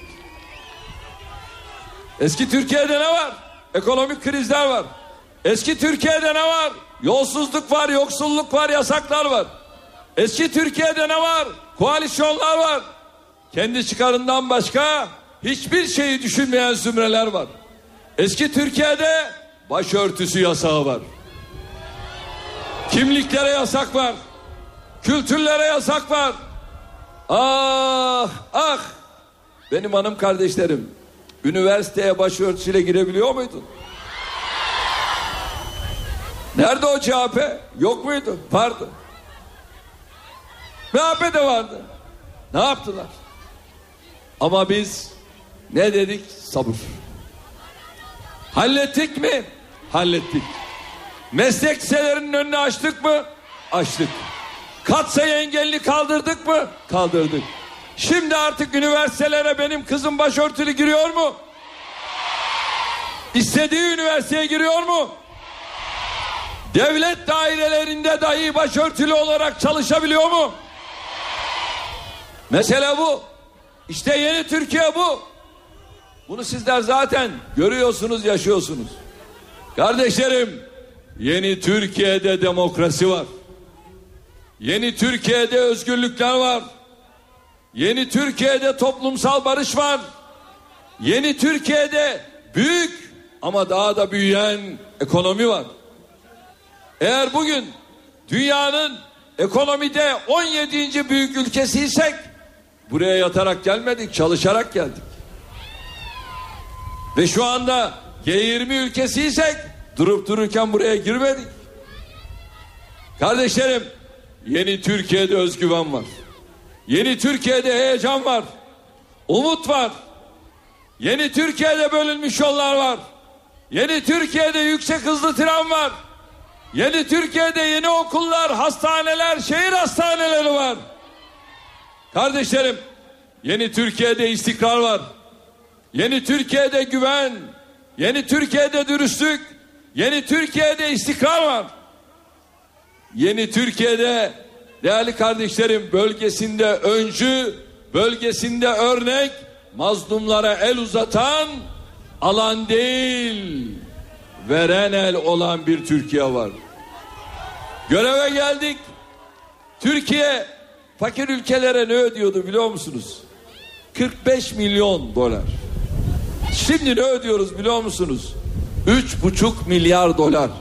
Eski Türkiye'de ne var? Ekonomik krizler var. Eski Türkiye'de ne var? Yolsuzluk var, yoksulluk var, yasaklar var. Eski Türkiye'de ne var? Koalisyonlar var. Kendi çıkarından başka hiçbir şeyi düşünmeyen zümreler var. Eski Türkiye'de başörtüsü yasağı var. Kimliklere yasak var. Kültürlere yasak var. Ah ah. Benim hanım kardeşlerim, üniversiteye başörtüsüyle girebiliyor muydun? Nerede o C H P? Yok muydu? Vardı. M H P de vardı. Ne yaptılar? Ama biz ne dedik? Sabır. Hallettik mi? Hallettik. Meslek liselerinin önünü açtık mı? Açtık. Katsayı engelini kaldırdık mı? Kaldırdık. Şimdi artık üniversitelere benim kızım başörtülü giriyor mu? İstediği üniversiteye giriyor mu? Devlet dairelerinde dahi başörtülü olarak çalışabiliyor mu? Mesele bu. İşte yeni Türkiye bu. Bunu sizler zaten görüyorsunuz, yaşıyorsunuz. Kardeşlerim, yeni Türkiye'de demokrasi var. Yeni Türkiye'de özgürlükler var. Yeni Türkiye'de toplumsal barış var. Yeni Türkiye'de büyük ama daha da büyüyen ekonomi var. Eğer bugün dünyanın ekonomide on yedinci büyük ülkesiysek buraya yatarak gelmedik, çalışarak geldik. Ve şu anda G yirmi ülkesiysek durup dururken buraya girmedik. Kardeşlerim, yeni Türkiye'de özgüven var. Yeni Türkiye'de heyecan var. Umut var. Yeni Türkiye'de bölünmüş yollar var. Yeni Türkiye'de yüksek hızlı tren var. Yeni Türkiye'de yeni okullar, hastaneler, şehir hastaneleri var. Kardeşlerim, yeni Türkiye'de istikrar var. Yeni Türkiye'de güven, yeni Türkiye'de dürüstlük, yeni Türkiye'de istikrar var. Yeni Türkiye'de değerli kardeşlerim, bölgesinde öncü, bölgesinde örnek, mazlumlara el uzatan, alan değil, veren el olan bir Türkiye var. Göreve geldik. Türkiye fakir ülkelere ne ödüyordu biliyor musunuz? kırk beş milyon dolar. Şimdi ne ödüyoruz biliyor musunuz? üç buçuk milyar dolar.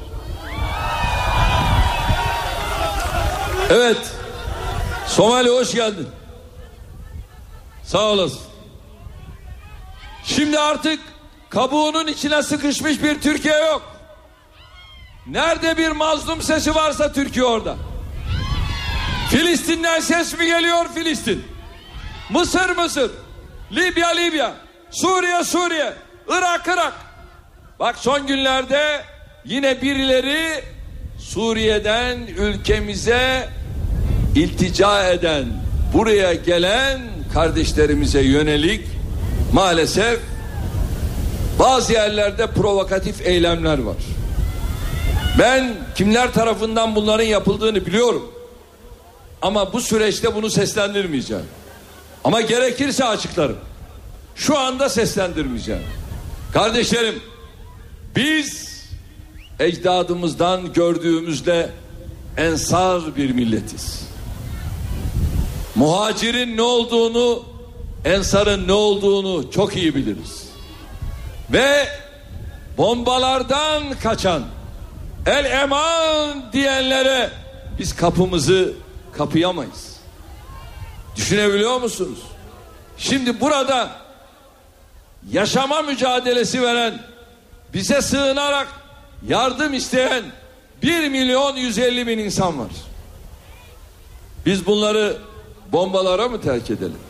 Evet. Somali hoş geldin. Sağ olasın. Şimdi artık kabuğunun içine sıkışmış bir Türkiye yok. Nerede bir mazlum sesi varsa Türkiye orada. Filistin'den ses mi geliyor? Filistin. Mısır Mısır. Libya Libya. Suriye Suriye. Irak Irak. Bak son günlerde yine birileri Suriye'den ülkemize iltica eden, buraya gelen kardeşlerimize yönelik maalesef bazı yerlerde provokatif eylemler var. Ben kimler tarafından bunların yapıldığını biliyorum. Ama bu süreçte bunu seslendirmeyeceğim. Ama gerekirse açıklarım. Şu anda seslendirmeyeceğim. Kardeşlerim, biz ecdadımızdan gördüğümüzde ensar bir milletiz. Muhacirin ne olduğunu, ensarın ne olduğunu çok iyi biliriz. Ve bombalardan kaçan, el eman diyenlere biz kapımızı kapayamayız. Düşünebiliyor musunuz? Şimdi burada yaşama mücadelesi veren, bize sığınarak yardım isteyen bir milyon yüz elli bin insan var. Biz bunları bombalara mı terk edelim?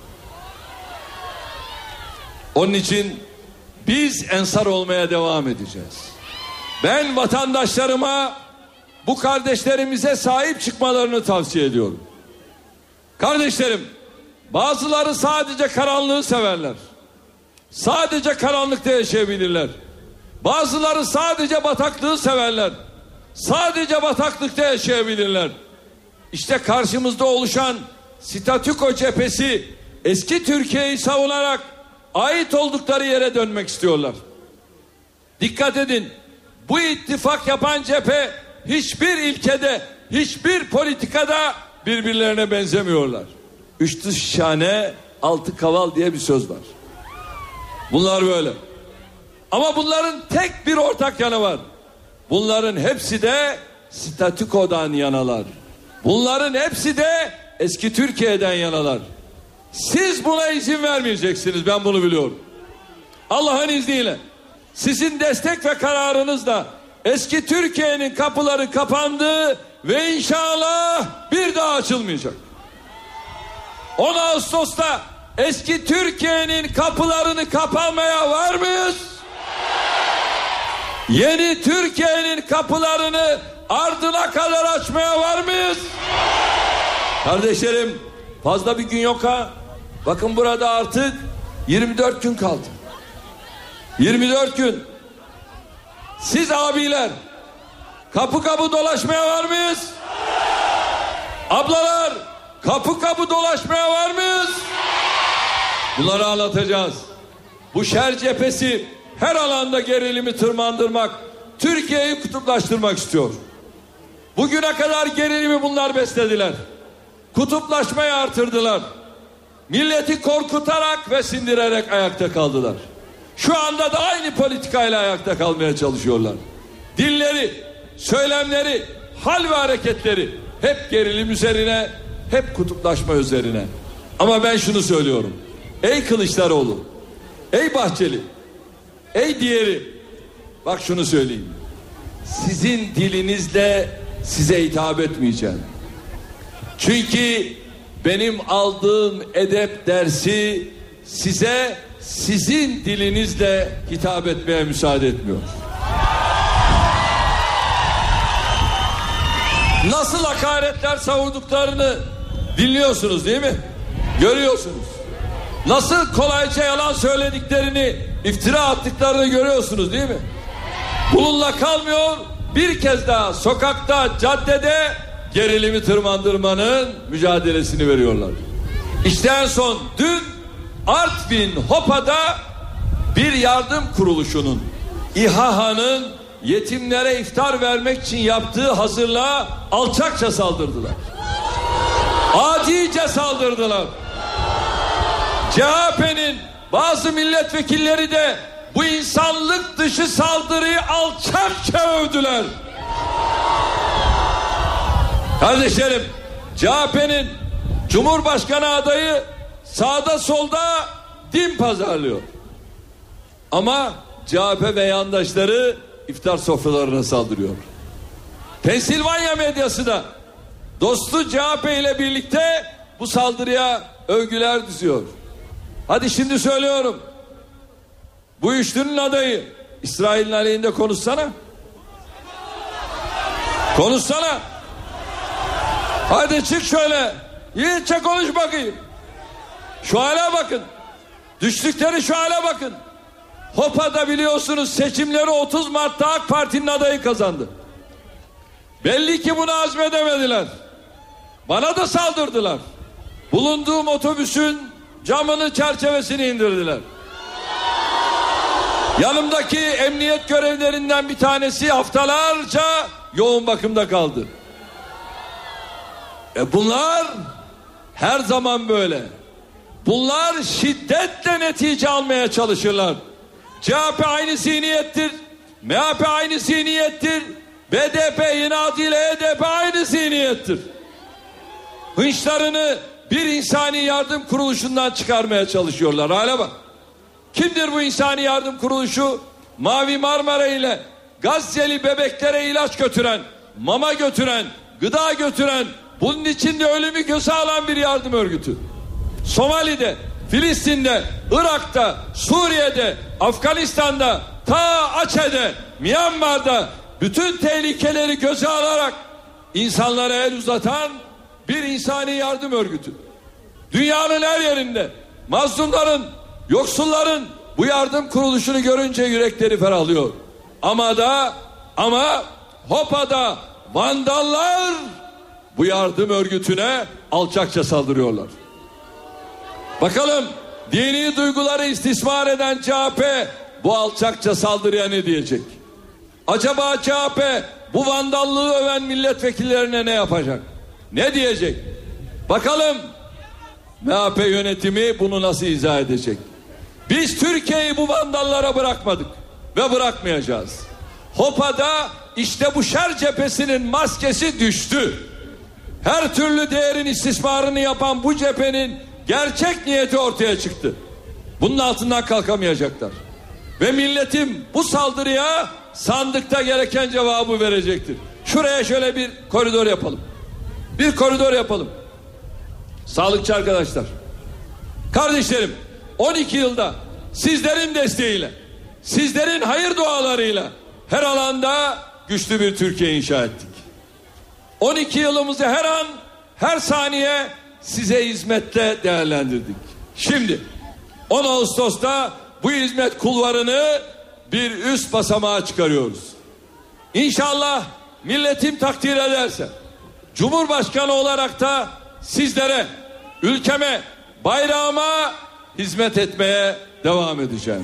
Onun için biz ensar olmaya devam edeceğiz. Ben vatandaşlarıma, bu kardeşlerimize sahip çıkmalarını tavsiye ediyorum. Kardeşlerim, bazıları sadece karanlığı severler. Sadece karanlıkta yaşayabilirler. Bazıları sadece bataklığı severler. Sadece bataklıkta yaşayabilirler. İşte karşımızda oluşan statüko cephesi eski Türkiye'yi savunarak ait oldukları yere dönmek istiyorlar. Dikkat edin, bu ittifak yapan cephe hiçbir ilkede, hiçbir politikada birbirlerine benzemiyorlar. Üç dış şane, altı kaval diye bir söz var. Bunlar böyle. Ama bunların tek bir ortak yanı var. Bunların hepsi de statükodan yanalar. Bunların hepsi de eski Türkiye'den yanalar. Siz buna izin vermeyeceksiniz, ben bunu biliyorum. Allah'ın izniyle sizin destek ve kararınızla eski Türkiye'nin kapıları kapandı ve inşallah bir daha açılmayacak. on Ağustos'ta eski Türkiye'nin kapılarını kapamaya var mıyız? Yeni Türkiye'nin kapılarını ardına kadar açmaya var mıyız? Kardeşlerim, fazla bir gün yok ha. Bakın burada artık yirmi dört gün kaldı. yirmi dört gün. Siz abiler kapı kapı dolaşmaya var mıyız? Ablalar kapı kapı dolaşmaya var mıyız? Bunları anlatacağız. Bu şer cephesi her alanda gerilimi tırmandırmak, Türkiye'yi kutuplaştırmak istiyor. Bugüne kadar gerilimi bunlar beslediler. Kutuplaşmayı artırdılar. Milleti korkutarak ve sindirerek ayakta kaldılar. Şu anda da aynı politikayla ayakta kalmaya çalışıyorlar. Dilleri, söylemleri, hal ve hareketleri hep gerilim üzerine, hep kutuplaşma üzerine. Ama ben şunu söylüyorum. Ey Kılıçdaroğlu, ey Bahçeli, ey diğeri, bak şunu söyleyeyim. Sizin dilinizle size hitap etmeyeceğim. Çünkü benim aldığım edep dersi size sizin dilinizle hitap etmeye müsaade etmiyor. Nasıl hakaretler savurduklarını dinliyorsunuz değil mi? Görüyorsunuz. Nasıl kolayca yalan söylediklerini, iftira attıklarını görüyorsunuz değil mi? Bununla kalmıyor, bir kez daha sokakta, caddede gerilimi tırmandırmanın mücadelesini veriyorlar. İşte en son dün Artvin Hopa'da bir yardım kuruluşunun, İHA'nın yetimlere iftar vermek için yaptığı hazırlığa alçakça saldırdılar. Adice saldırdılar. C H P'nin bazı milletvekilleri de bu insanlık dışı saldırıyı alçakça övdüler. Kardeşlerim, C H P'nin Cumhurbaşkanı adayı sağda solda din pazarlıyor. Ama C H P ve yandaşları iftar sofralarına saldırıyor. Pensilvanya medyası da dostu C H P ile birlikte bu saldırıya övgüler düzüyor. Hadi şimdi söylüyorum. Bu üçlünün adayı İsrail'in aleyhinde konuşsana. Konuşsana. Hadi çık şöyle. Yiğitçe konuş bakayım. Şu hale bakın. Düştükleri şu hale bakın. Hopa'da biliyorsunuz seçimleri otuz Mart'ta AK Parti'nin adayı kazandı. Belli ki bunu azmedemediler. Bana da saldırdılar. Bulunduğum otobüsün camını, çerçevesini indirdiler. Yanımdaki emniyet görevlerinden bir tanesi haftalarca yoğun bakımda kaldı. E bunlar her zaman böyle. Bunlar şiddetle netice almaya çalışırlar. C H P aynı zihniyettir. M H P aynı zihniyettir. B D P yine adıyla H D P aynı zihniyettir. Hınçlarını bir insani yardım kuruluşundan çıkarmaya çalışıyorlar. Hale bak. Kimdir bu insani yardım kuruluşu? Mavi Marmara ile Gazze'li bebeklere ilaç götüren, mama götüren, gıda götüren, bunun için de ölümü göze alan bir yardım örgütü. Somali'de, Filistin'de, Irak'ta, Suriye'de, Afganistan'da, ta Açe'de, Myanmar'da bütün tehlikeleri göze alarak insanlara el uzatan bir insani yardım örgütü. Dünyanın her yerinde mazlumların, yoksulların bu yardım kuruluşunu görünce yürekleri ferahlıyor. Ama da ama Hopa'da vandallar bu yardım örgütüne alçakça saldırıyorlar. Bakalım dini duyguları istismar eden C H P bu alçakça saldırıya ne diyecek? Acaba C H P bu vandallığı öven milletvekillerine ne yapacak? Ne diyecek? Bakalım M H P yönetimi bunu nasıl izah edecek? Biz Türkiye'yi bu vandallara bırakmadık ve bırakmayacağız. Hopa'da işte bu şer cephesinin maskesi düştü. Her türlü değerin istismarını yapan bu cephenin gerçek niyeti ortaya çıktı. Bunun altından kalkamayacaklar. Ve milletim bu saldırıya sandıkta gereken cevabı verecektir. Şuraya şöyle bir koridor yapalım. Bir koridor yapalım. Sağlıkçı arkadaşlar, kardeşlerim, on iki yılda sizlerin desteğiyle, sizlerin hayır dualarıyla her alanda güçlü bir Türkiye inşa ettik. on iki yılımızı her an, her saniye size hizmetle değerlendirdik. Şimdi on Ağustos'ta bu hizmet kulvarını bir üst basamağa çıkarıyoruz. İnşallah milletim takdir ederse Cumhurbaşkanı olarak da sizlere, ülkeme, bayrağıma hizmet etmeye devam edeceğim.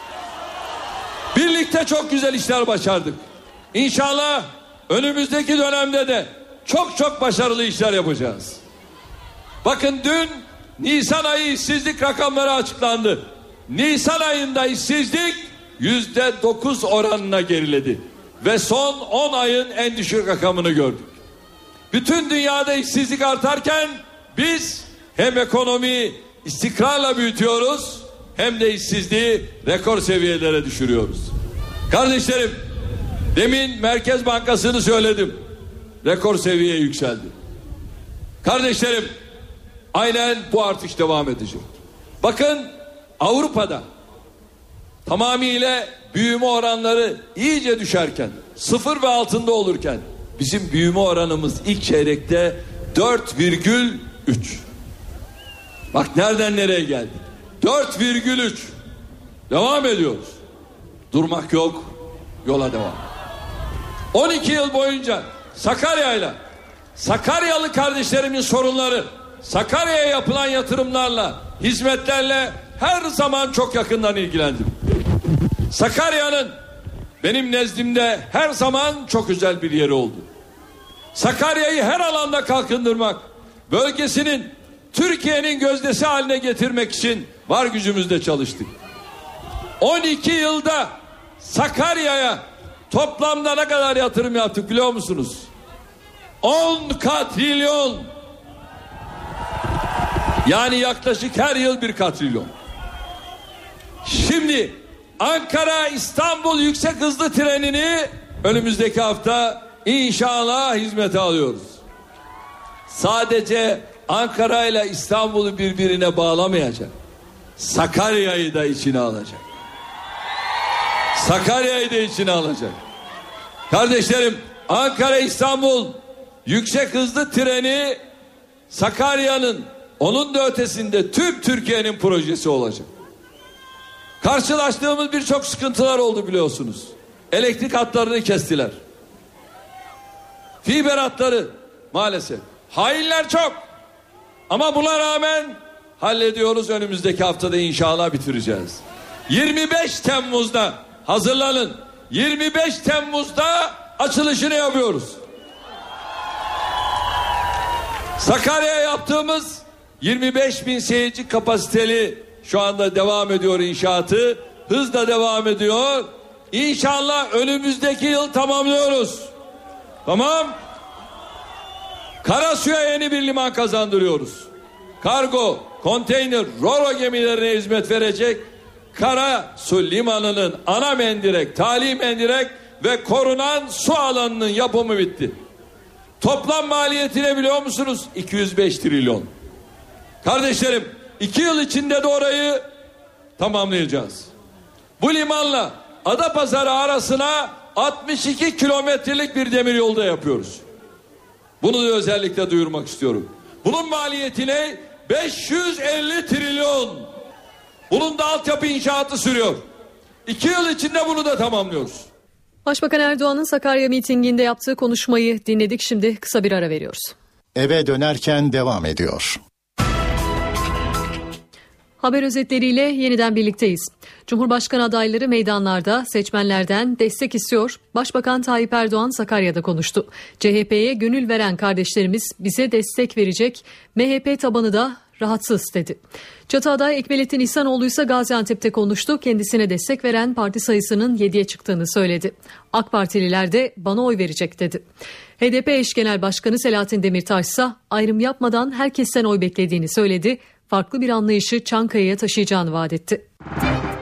Birlikte çok güzel işler başardık. İnşallah önümüzdeki dönemde de çok çok başarılı işler yapacağız. Bakın dün Nisan ayı işsizlik rakamları açıklandı. Nisan ayında işsizlik yüzde dokuz oranına geriledi. Ve son on ayın en düşük rakamını gördük. Bütün dünyada işsizlik artarken biz hem ekonomiyi istikrarla büyütüyoruz hem de işsizliği rekor seviyelere düşürüyoruz. Kardeşlerim, demin Merkez Bankası'nı söyledim. Rekor seviyeye yükseldi. Kardeşlerim, aynen bu artış devam edecek. Bakın Avrupa'da tamamıyla büyüme oranları iyice düşerken, sıfır ve altında olurken bizim büyüme oranımız ilk çeyrekte dört virgül üç. Bak nereden nereye geldik? dört virgül üç. Devam ediyoruz. Durmak yok, yola devam. on iki yıl boyunca Sakarya'yla, Sakaryalı kardeşlerimin sorunları, Sakarya'ya yapılan yatırımlarla, hizmetlerle her zaman çok yakından ilgilendim. Sakarya'nın benim nezdimde her zaman çok özel bir yeri oldu. Sakarya'yı her alanda kalkındırmak, bölgesinin Türkiye'nin gözdesi haline getirmek için var gücümüzle çalıştık. on iki yılda Sakarya'ya toplamda ne kadar yatırım yaptık biliyor musunuz? on katrilyon. Yani yaklaşık her yıl bir katrilyon. Şimdi Ankara İstanbul yüksek hızlı trenini önümüzdeki hafta inşallah hizmete alıyoruz. Sadece Ankara ile İstanbul'u birbirine bağlamayacak. Sakarya'yı da içine alacak. Sakarya'yı da içine alacak. Kardeşlerim, Ankara İstanbul yüksek hızlı treni Sakarya'nın, onun da ötesinde tüm Türkiye'nin projesi olacak. Karşılaştığımız birçok sıkıntılar oldu biliyorsunuz. Elektrik hatlarını kestiler. Fiber hatları maalesef. Hainler çok. Ama buna rağmen hallediyoruz. Önümüzdeki haftada inşallah bitireceğiz. yirmi beş Temmuz'da hazırlanın. yirmi beş Temmuz'da açılışını yapıyoruz. Sakarya'ya yaptığımız yirmi beş bin seyirci kapasiteli şu anda devam ediyor inşaatı. Hızla devam ediyor. İnşallah önümüzdeki yıl tamamlıyoruz. Tamam. Karasu'ya yeni bir liman kazandırıyoruz. Kargo, konteyner, roro gemilerine hizmet verecek Karasu limanının ana mendirek, tali mendirek ve korunan su alanının yapımı bitti. Toplam maliyetine biliyor musunuz? iki yüz beş trilyon. Kardeşlerim, iki yıl içinde de orayı tamamlayacağız. Bu limanla Adapazarı arasına altmış iki kilometrelik bir demiryolu da yapıyoruz. Bunu da özellikle duyurmak istiyorum. Bunun maliyetine beş yüz elli trilyon. Bunun da altyapı inşaatı sürüyor. İki yıl içinde bunu da tamamlıyoruz.
Başbakan Erdoğan'ın Sakarya mitinginde yaptığı konuşmayı dinledik. Şimdi kısa bir ara veriyoruz.
Eve dönerken devam ediyor.
Haber özetleriyle yeniden birlikteyiz. Cumhurbaşkanı adayları meydanlarda, seçmenlerden destek istiyor. Başbakan Tayyip Erdoğan Sakarya'da konuştu. C H P'ye gönül veren kardeşlerimiz bize destek verecek. M H P tabanı da rahatsız dedi. Çatı aday Ekmelettin İhsanoğlu ise Gaziantep'te konuştu. Kendisine destek veren parti sayısının yediye çıktığını söyledi. AK Partililer de bana oy verecek dedi. H D P eş genel başkanı Selahattin Demirtaş ise ayrım yapmadan herkesten oy beklediğini söyledi. Farklı bir anlayışı Çankaya'ya taşıyacağını vaat etti.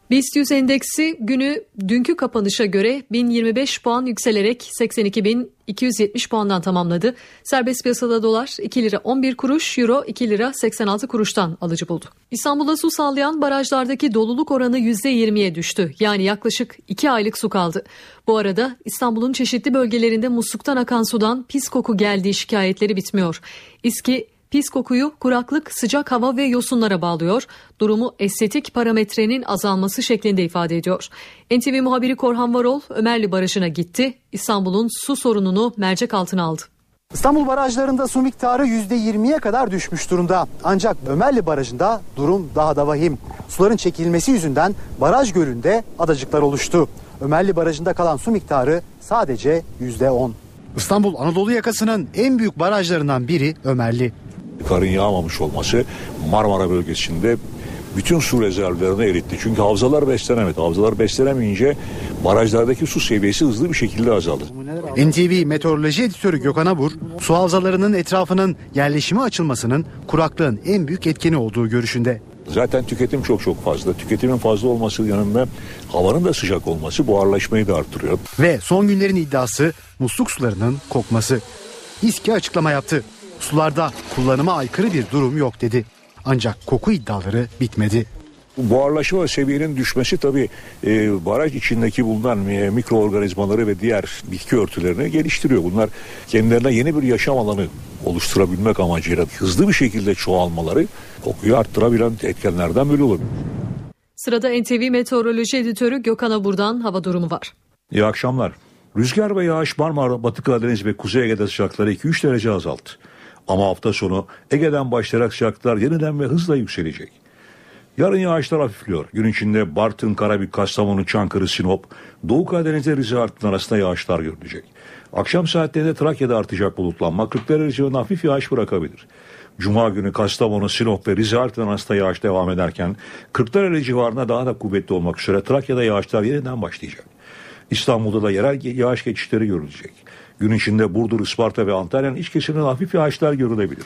BIST yüz endeksi günü dünkü kapanışa göre bin yirmi beş puan yükselerek seksen iki bin iki yüz yetmiş puandan tamamladı. Serbest piyasada dolar iki lira on bir kuruş, euro iki lira seksen altı kuruştan alıcı buldu. İstanbul'a su sağlayan barajlardaki doluluk oranı yüzde yirmiye düştü. Yani yaklaşık iki aylık su kaldı. Bu arada İstanbul'un çeşitli bölgelerinde musluktan akan sudan pis koku geldiği şikayetleri bitmiyor. İSKİ pis kokuyu kuraklık, sıcak hava ve yosunlara bağlıyor. Durumu estetik parametrenin azalması şeklinde ifade ediyor. N T V muhabiri Korhan Varol Ömerli Barajı'na gitti. İstanbul'un su sorununu mercek altına aldı.
İstanbul barajlarında su miktarı yüzde yirmiye kadar düşmüş durumda. Ancak Ömerli Barajı'nda durum daha da vahim. Suların çekilmesi yüzünden baraj gölünde adacıklar oluştu. Ömerli Barajı'nda kalan su miktarı sadece yüzde on. İstanbul Anadolu yakasının en büyük barajlarından biri Ömerli.
Karın yağmamış olması Marmara bölgesinde bütün su rezervlerini eritti. Çünkü havzalar beslenemedi. Havzalar beslenemeyince barajlardaki su seviyesi hızlı bir şekilde azaldı.
N T V meteoroloji editörü Gökhan Abur, su havzalarının etrafının yerleşime açılmasının kuraklığın en büyük etkeni olduğu görüşünde.
Zaten tüketim çok çok fazla. Tüketimin fazla olması yanında havanın da sıcak olması buharlaşmayı da arttırıyor.
Ve son günlerin iddiası musluk sularının kokması. İSKİ açıklama yaptı. Sularda kullanıma aykırı bir durum yok dedi. Ancak koku iddiaları bitmedi.
Buharlaşma ve seviyenin düşmesi tabii e, baraj içindeki bulunan e, mikroorganizmaları ve diğer bitki örtülerini geliştiriyor. Bunlar kendilerine yeni bir yaşam alanı oluşturabilmek amacıyla hızlı bir şekilde çoğalmaları kokuyu arttırabilen etkenlerden biri olur.
Sırada N T V meteoroloji editörü Gökhan Abur'dan hava durumu var.
İyi akşamlar. Rüzgar ve yağış Marmara, Batı Karadeniz ve Kuzey Ege'de sıcaklıkları iki üç derece azalttı. Ama hafta sonu Ege'den başlayarak sıcaklıklar yeniden ve hızla yükselecek. Yarın yağışlar hafifliyor. Gün içinde Bartın, Karabük, Kastamonu, Çankırı, Sinop, Doğu Karadeniz'de Rize Artvin arasında yağışlar görülecek. Akşam saatlerinde Trakya'da artacak bulutlanma kırk derece civarında hafif yağış bırakabilir. Cuma günü Kastamonu, Sinop ve Rize Artvin arasında yağış devam ederken kırk derece civarında daha da kuvvetli olmak üzere Trakya'da yağışlar yeniden başlayacak. İstanbul'da da yerel yağış geçişleri görülecek. Gün içinde Burdur, Isparta ve Antalya'nın iç kesiminde hafif yağışlar görülebilir.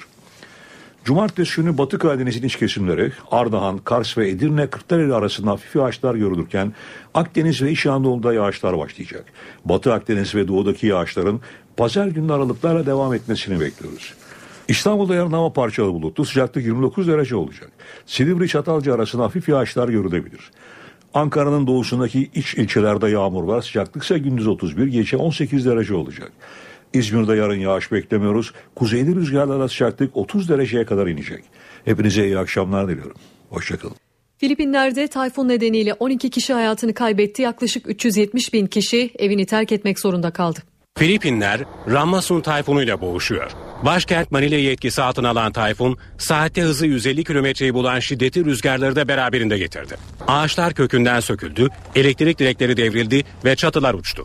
Cumartesi günü Batı Karadeniz'in iç kesimleri, Ardahan, Kars ve Edirne Kırklareli arasında hafif yağışlar görülürken Akdeniz ve İç Anadolu'da yağışlar başlayacak. Batı Akdeniz ve doğudaki yağışların pazar günü aralıklarla devam etmesini bekliyoruz. İstanbul'da yarın hava parçalı bulutlu, sıcaklık yirmi dokuz derece olacak. Silivri Çatalca arasında hafif yağışlar görülebilir. Ankara'nın doğusundaki iç ilçelerde yağmur var. Sıcaklık ise gündüz otuz bir, gece on sekiz derece olacak. İzmir'de yarın yağış beklemiyoruz. Kuzeyli rüzgarlarla sıcaklık otuz dereceye kadar inecek. Hepinize iyi akşamlar diliyorum. Hoşçakalın.
Filipinler'de tayfun nedeniyle on iki kişi hayatını kaybetti. Yaklaşık üç yüz yetmiş bin kişi evini terk etmek zorunda kaldı.
Filipinler Rammasun tayfunuyla boğuşuyor. Başkent Manila'yı etkisi altına alan tayfun saatte hızı yüz elli kilometreyi bulan şiddetli rüzgarları da beraberinde getirdi. Ağaçlar kökünden söküldü, elektrik direkleri devrildi ve çatılar uçtu.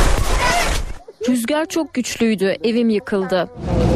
Rüzgar çok güçlüydü, evim yıkıldı.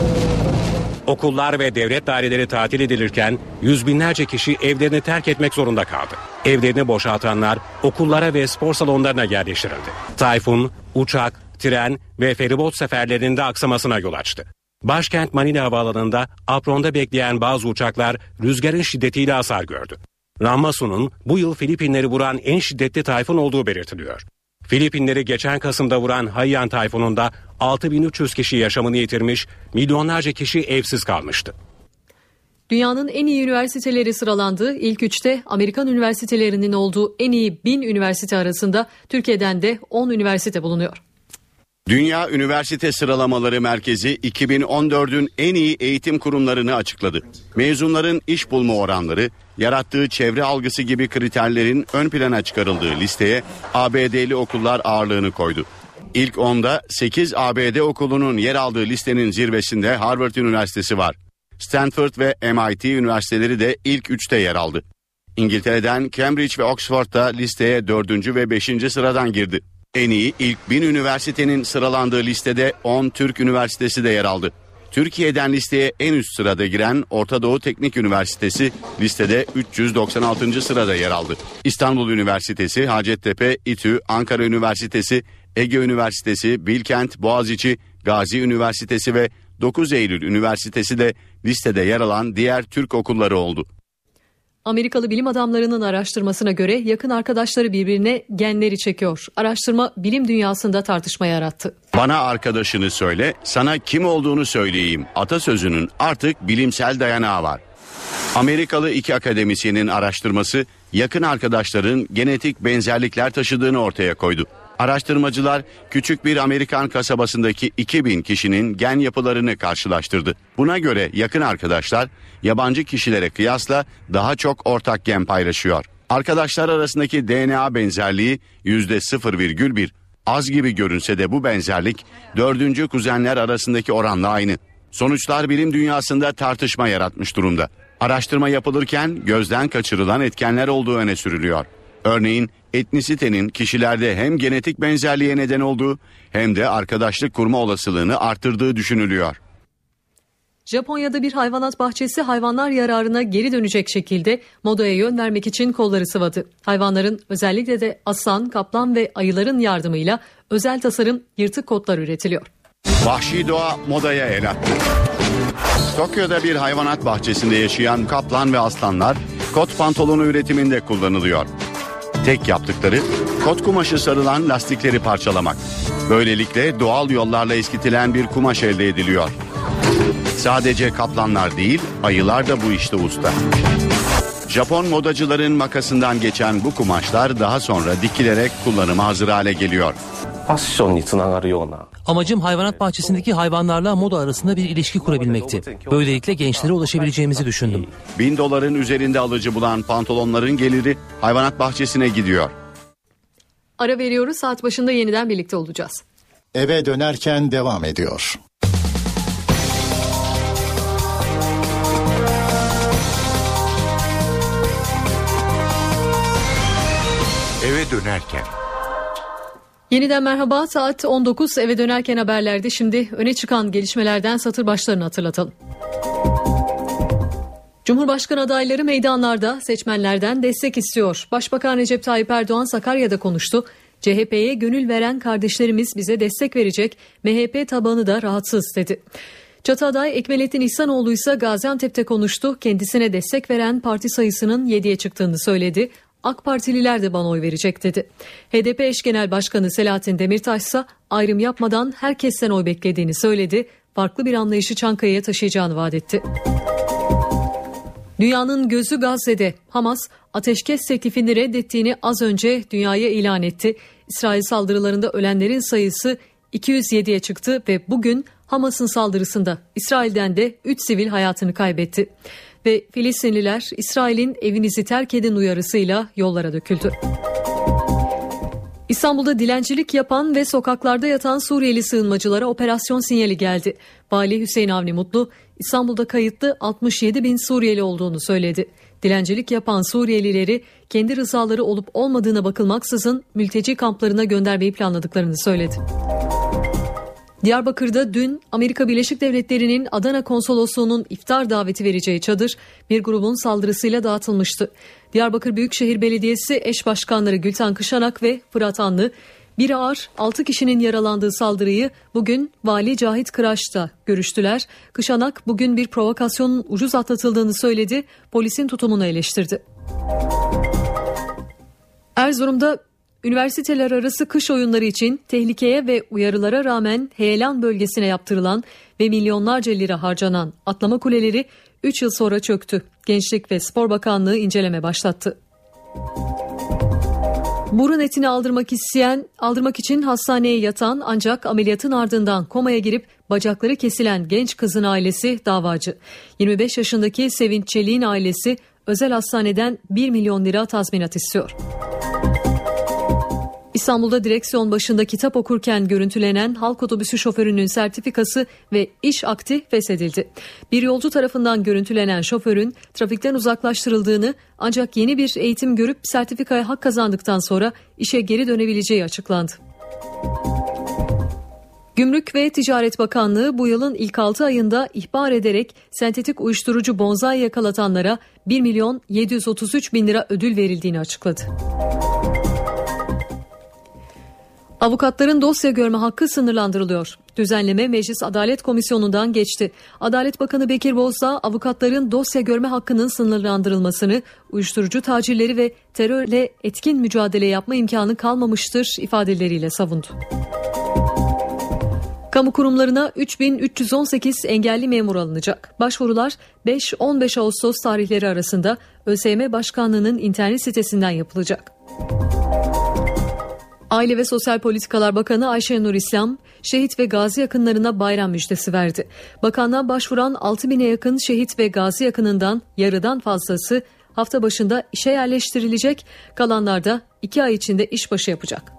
Okullar ve devlet daireleri tatil edilirken yüz binlerce kişi evlerini terk etmek zorunda kaldı. Evlerini boşaltanlar okullara ve spor salonlarına yerleştirildi. Tayfun, uçak, tren ve feribot seferlerinde aksamasına yol açtı. Başkent Manila Havaalanı'nda apronda bekleyen bazı uçaklar rüzgarın şiddetiyle hasar gördü. Rammasun'un bu yıl Filipinleri vuran en şiddetli tayfun olduğu belirtiliyor. Filipinleri geçen Kasım'da vuran Haiyan tayfununda altı bin üç yüz kişi yaşamını yitirmiş, milyonlarca kişi evsiz kalmıştı.
Dünyanın en iyi üniversiteleri sıralandı. İlk üçte Amerikan üniversitelerinin olduğu en iyi bin üniversite arasında Türkiye'den de on üniversite bulunuyor.
Dünya Üniversite Sıralamaları Merkezi iki bin on dördün en iyi eğitim kurumlarını açıkladı. Mezunların iş bulma oranları, yarattığı çevre algısı gibi kriterlerin ön plana çıkarıldığı listeye A B D'li okullar ağırlığını koydu. İlk onda sekiz A B D okulunun yer aldığı listenin zirvesinde Harvard Üniversitesi var. Stanford ve M I T üniversiteleri de ilk üçte yer aldı. İngiltere'den Cambridge ve Oxford da listeye dördüncü ve beşinci sıradan girdi. En iyi ilk bin üniversitenin sıralandığı listede on Türk üniversitesi de yer aldı. Türkiye'den listeye en üst sırada giren Orta Doğu Teknik Üniversitesi listede üç yüz doksan altıncı sırada yer aldı. İstanbul Üniversitesi, Hacettepe, İTÜ, Ankara Üniversitesi, Ege Üniversitesi, Bilkent, Boğaziçi, Gazi Üniversitesi ve dokuz Eylül Üniversitesi de listede yer alan diğer Türk okulları oldu.
Amerikalı bilim adamlarının araştırmasına göre yakın arkadaşları birbirine genleri çekiyor. Araştırma bilim dünyasında tartışma yarattı.
Bana arkadaşını söyle, sana kim olduğunu söyleyeyim. Atasözünün artık bilimsel dayanağı var. Amerikalı iki akademisyenin araştırması yakın arkadaşların genetik benzerlikler taşıdığını ortaya koydu. Araştırmacılar küçük bir Amerikan kasabasındaki iki bin kişinin gen yapılarını karşılaştırdı. Buna göre yakın arkadaşlar yabancı kişilere kıyasla daha çok ortak gen paylaşıyor. Arkadaşlar arasındaki D N A benzerliği yüzde sıfır virgül bir. Az gibi görünse de bu benzerlik dördüncü kuzenler arasındaki oranla aynı. Sonuçlar bilim dünyasında tartışma yaratmış durumda. Araştırma yapılırken gözden kaçırılan etkenler olduğu öne sürülüyor. Örneğin etnisitenin kişilerde hem genetik benzerliğe neden olduğu hem de arkadaşlık kurma olasılığını artırdığı düşünülüyor.
Japonya'da bir hayvanat bahçesi hayvanlar yararına geri dönecek şekilde modaya yön vermek için kolları sıvadı. Hayvanların, özellikle de aslan, kaplan ve ayıların yardımıyla özel tasarım yırtık kotlar üretiliyor.
Vahşi doğa modaya el attı. Tokyo'da bir hayvanat bahçesinde yaşayan kaplan ve aslanlar kot pantolonu üretiminde kullanılıyor. Tek yaptıkları kot kumaşı sarılan lastikleri parçalamak. Böylelikle doğal yollarla eskitilen bir kumaş elde ediliyor. Sadece kaplanlar değil, ayılar da bu işte usta. Japon modacıların makasından geçen bu kumaşlar daha sonra dikilerek kullanıma hazır hale geliyor.
Amacım hayvanat bahçesindeki hayvanlarla moda arasında bir ilişki kurabilmekti. Böylelikle gençlere ulaşabileceğimizi düşündüm.
Bin doların üzerinde alıcı bulan pantolonların geliri hayvanat bahçesine gidiyor.
Ara veriyoruz, saat başında yeniden birlikte olacağız.
Eve dönerken devam ediyor.
Eve dönerken.
Yeniden merhaba, saat on dokuz. Eve dönerken haberlerde şimdi öne çıkan gelişmelerden satır başlarını hatırlatalım. Cumhurbaşkanı adayları meydanlarda, seçmenlerden destek istiyor. Başbakan Recep Tayyip Erdoğan Sakarya'da konuştu. C H P'ye gönül veren kardeşlerimiz bize destek verecek, M H P tabanı da rahatsız dedi. Çatı aday Ekmelettin İhsanoğlu ise Gaziantep'te konuştu. Kendisine destek veren parti sayısının yediye çıktığını söyledi. AK Partililer de bana oy verecek dedi. H D P eş genel başkanı Selahattin Demirtaş ise ayrım yapmadan herkesten oy beklediğini söyledi. Farklı bir anlayışı Çankaya'ya taşıyacağını vaat etti. Dünyanın gözü Gazze'de. Hamas ateşkes teklifini reddettiğini az önce dünyaya ilan etti. İsrail saldırılarında ölenlerin sayısı iki yüz yediye çıktı ve bugün Hamas'ın saldırısında İsrail'den de üç sivil hayatını kaybetti. Ve Filistinliler İsrail'in evinizi terk edin uyarısıyla yollara döküldü. İstanbul'da dilencilik yapan ve sokaklarda yatan Suriyeli sığınmacılara operasyon sinyali geldi. Vali Hüseyin Avni Mutlu, İstanbul'da kayıtlı altmış yedi bin Suriyeli olduğunu söyledi. Dilencilik yapan Suriyelileri kendi rızaları olup olmadığına bakılmaksızın mülteci kamplarına göndermeyi planladıklarını söyledi. Diyarbakır'da dün Amerika Birleşik Devletleri'nin Adana Konsolosluğu'nun iftar daveti vereceği çadır bir grubun saldırısıyla dağıtılmıştı. Diyarbakır Büyükşehir Belediyesi eş başkanları Gülten Kışanak ve Fırat Anlı, bir ağır altı kişinin yaralandığı saldırıyı bugün Vali Cahit Kıraç'ta görüştüler. Kışanak bugün bir provokasyonun ucuz atlatıldığını söyledi, polisin tutumunu eleştirdi. Erzurum'da üniversiteler arası kış oyunları için tehlikeye ve uyarılara rağmen heyelan bölgesine yaptırılan ve milyonlarca lira harcanan atlama kuleleri üç yıl sonra çöktü. Gençlik ve Spor Bakanlığı inceleme başlattı. Burun etini aldırmak isteyen, aldırmak için hastaneye yatan ancak ameliyatın ardından komaya girip bacakları kesilen genç kızın ailesi davacı. yirmi beş yaşındaki Sevinç Çelik'in ailesi özel hastaneden bir milyon lira tazminat istiyor. İstanbul'da direksiyon başında kitap okurken görüntülenen halk otobüsü şoförünün sertifikası ve iş akti feshedildi. Bir yolcu tarafından görüntülenen şoförün trafikten uzaklaştırıldığını ancak yeni bir eğitim görüp sertifikaya hak kazandıktan sonra işe geri dönebileceği açıklandı. Gümrük ve Ticaret Bakanlığı bu yılın ilk altı ayında ihbar ederek sentetik uyuşturucu bonzai yakalatanlara bir milyon yedi yüz otuz üç bin lira ödül verildiğini açıkladı. Avukatların dosya görme hakkı sınırlandırılıyor. Düzenleme Meclis Adalet Komisyonu'ndan geçti. Adalet Bakanı Bekir Bozdağ, avukatların dosya görme hakkının sınırlandırılmasını, uyuşturucu tacirleri ve terörle etkin mücadele yapma imkanı kalmamıştır ifadeleriyle savundu. Kamu kurumlarına üç bin üç yüz on sekiz engelli memur alınacak. Başvurular beş on beş Ağustos tarihleri arasında ÖSYM Başkanlığı'nın internet sitesinden yapılacak. Aile ve Sosyal Politikalar Bakanı Ayşenur İslam, şehit ve gazi yakınlarına bayram müjdesi verdi. Bakanlığa başvuran altı bine yakın şehit ve gazi yakınından yarıdan fazlası hafta başında işe yerleştirilecek, kalanlar da iki ay içinde işbaşı yapacak.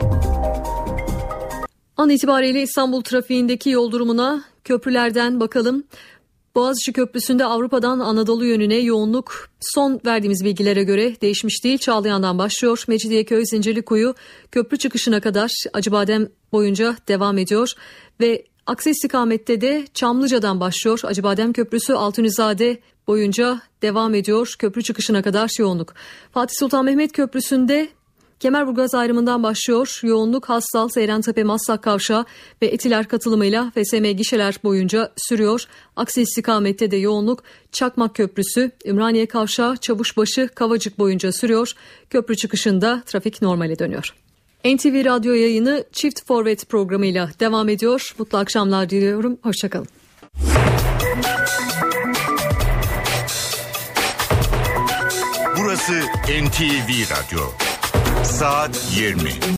An itibariyle İstanbul trafiğindeki yol durumuna köprülerden bakalım. Boğaziçi Köprüsü'nde Avrupa'dan Anadolu yönüne yoğunluk son verdiğimiz bilgilere göre değişmiş değil. Çağlayan'dan başlıyor. Mecidiyeköy, Zincirlikuyu köprü çıkışına kadar Acıbadem boyunca devam ediyor. Ve aksi istikamette de Çamlıca'dan başlıyor. Acıbadem Köprüsü Altunizade boyunca devam ediyor. Köprü çıkışına kadar yoğunluk. Fatih Sultan Mehmet Köprüsü'nde Kemerburgaz ayrımından başlıyor. Yoğunluk Hastal, Seyrantepe, Maslak Kavşağı ve Etiler katılımıyla F S M gişeler boyunca sürüyor. Aksi istikamette de yoğunluk Çakmak Köprüsü, Ümraniye Kavşağı, Çavuşbaşı, Kavacık boyunca sürüyor. Köprü çıkışında trafik normale dönüyor. N T V Radyo yayını Çift Forvet programıyla devam ediyor. Mutlu akşamlar diliyorum. Hoşçakalın.
Burası N T V Radyo. Saat yirmi.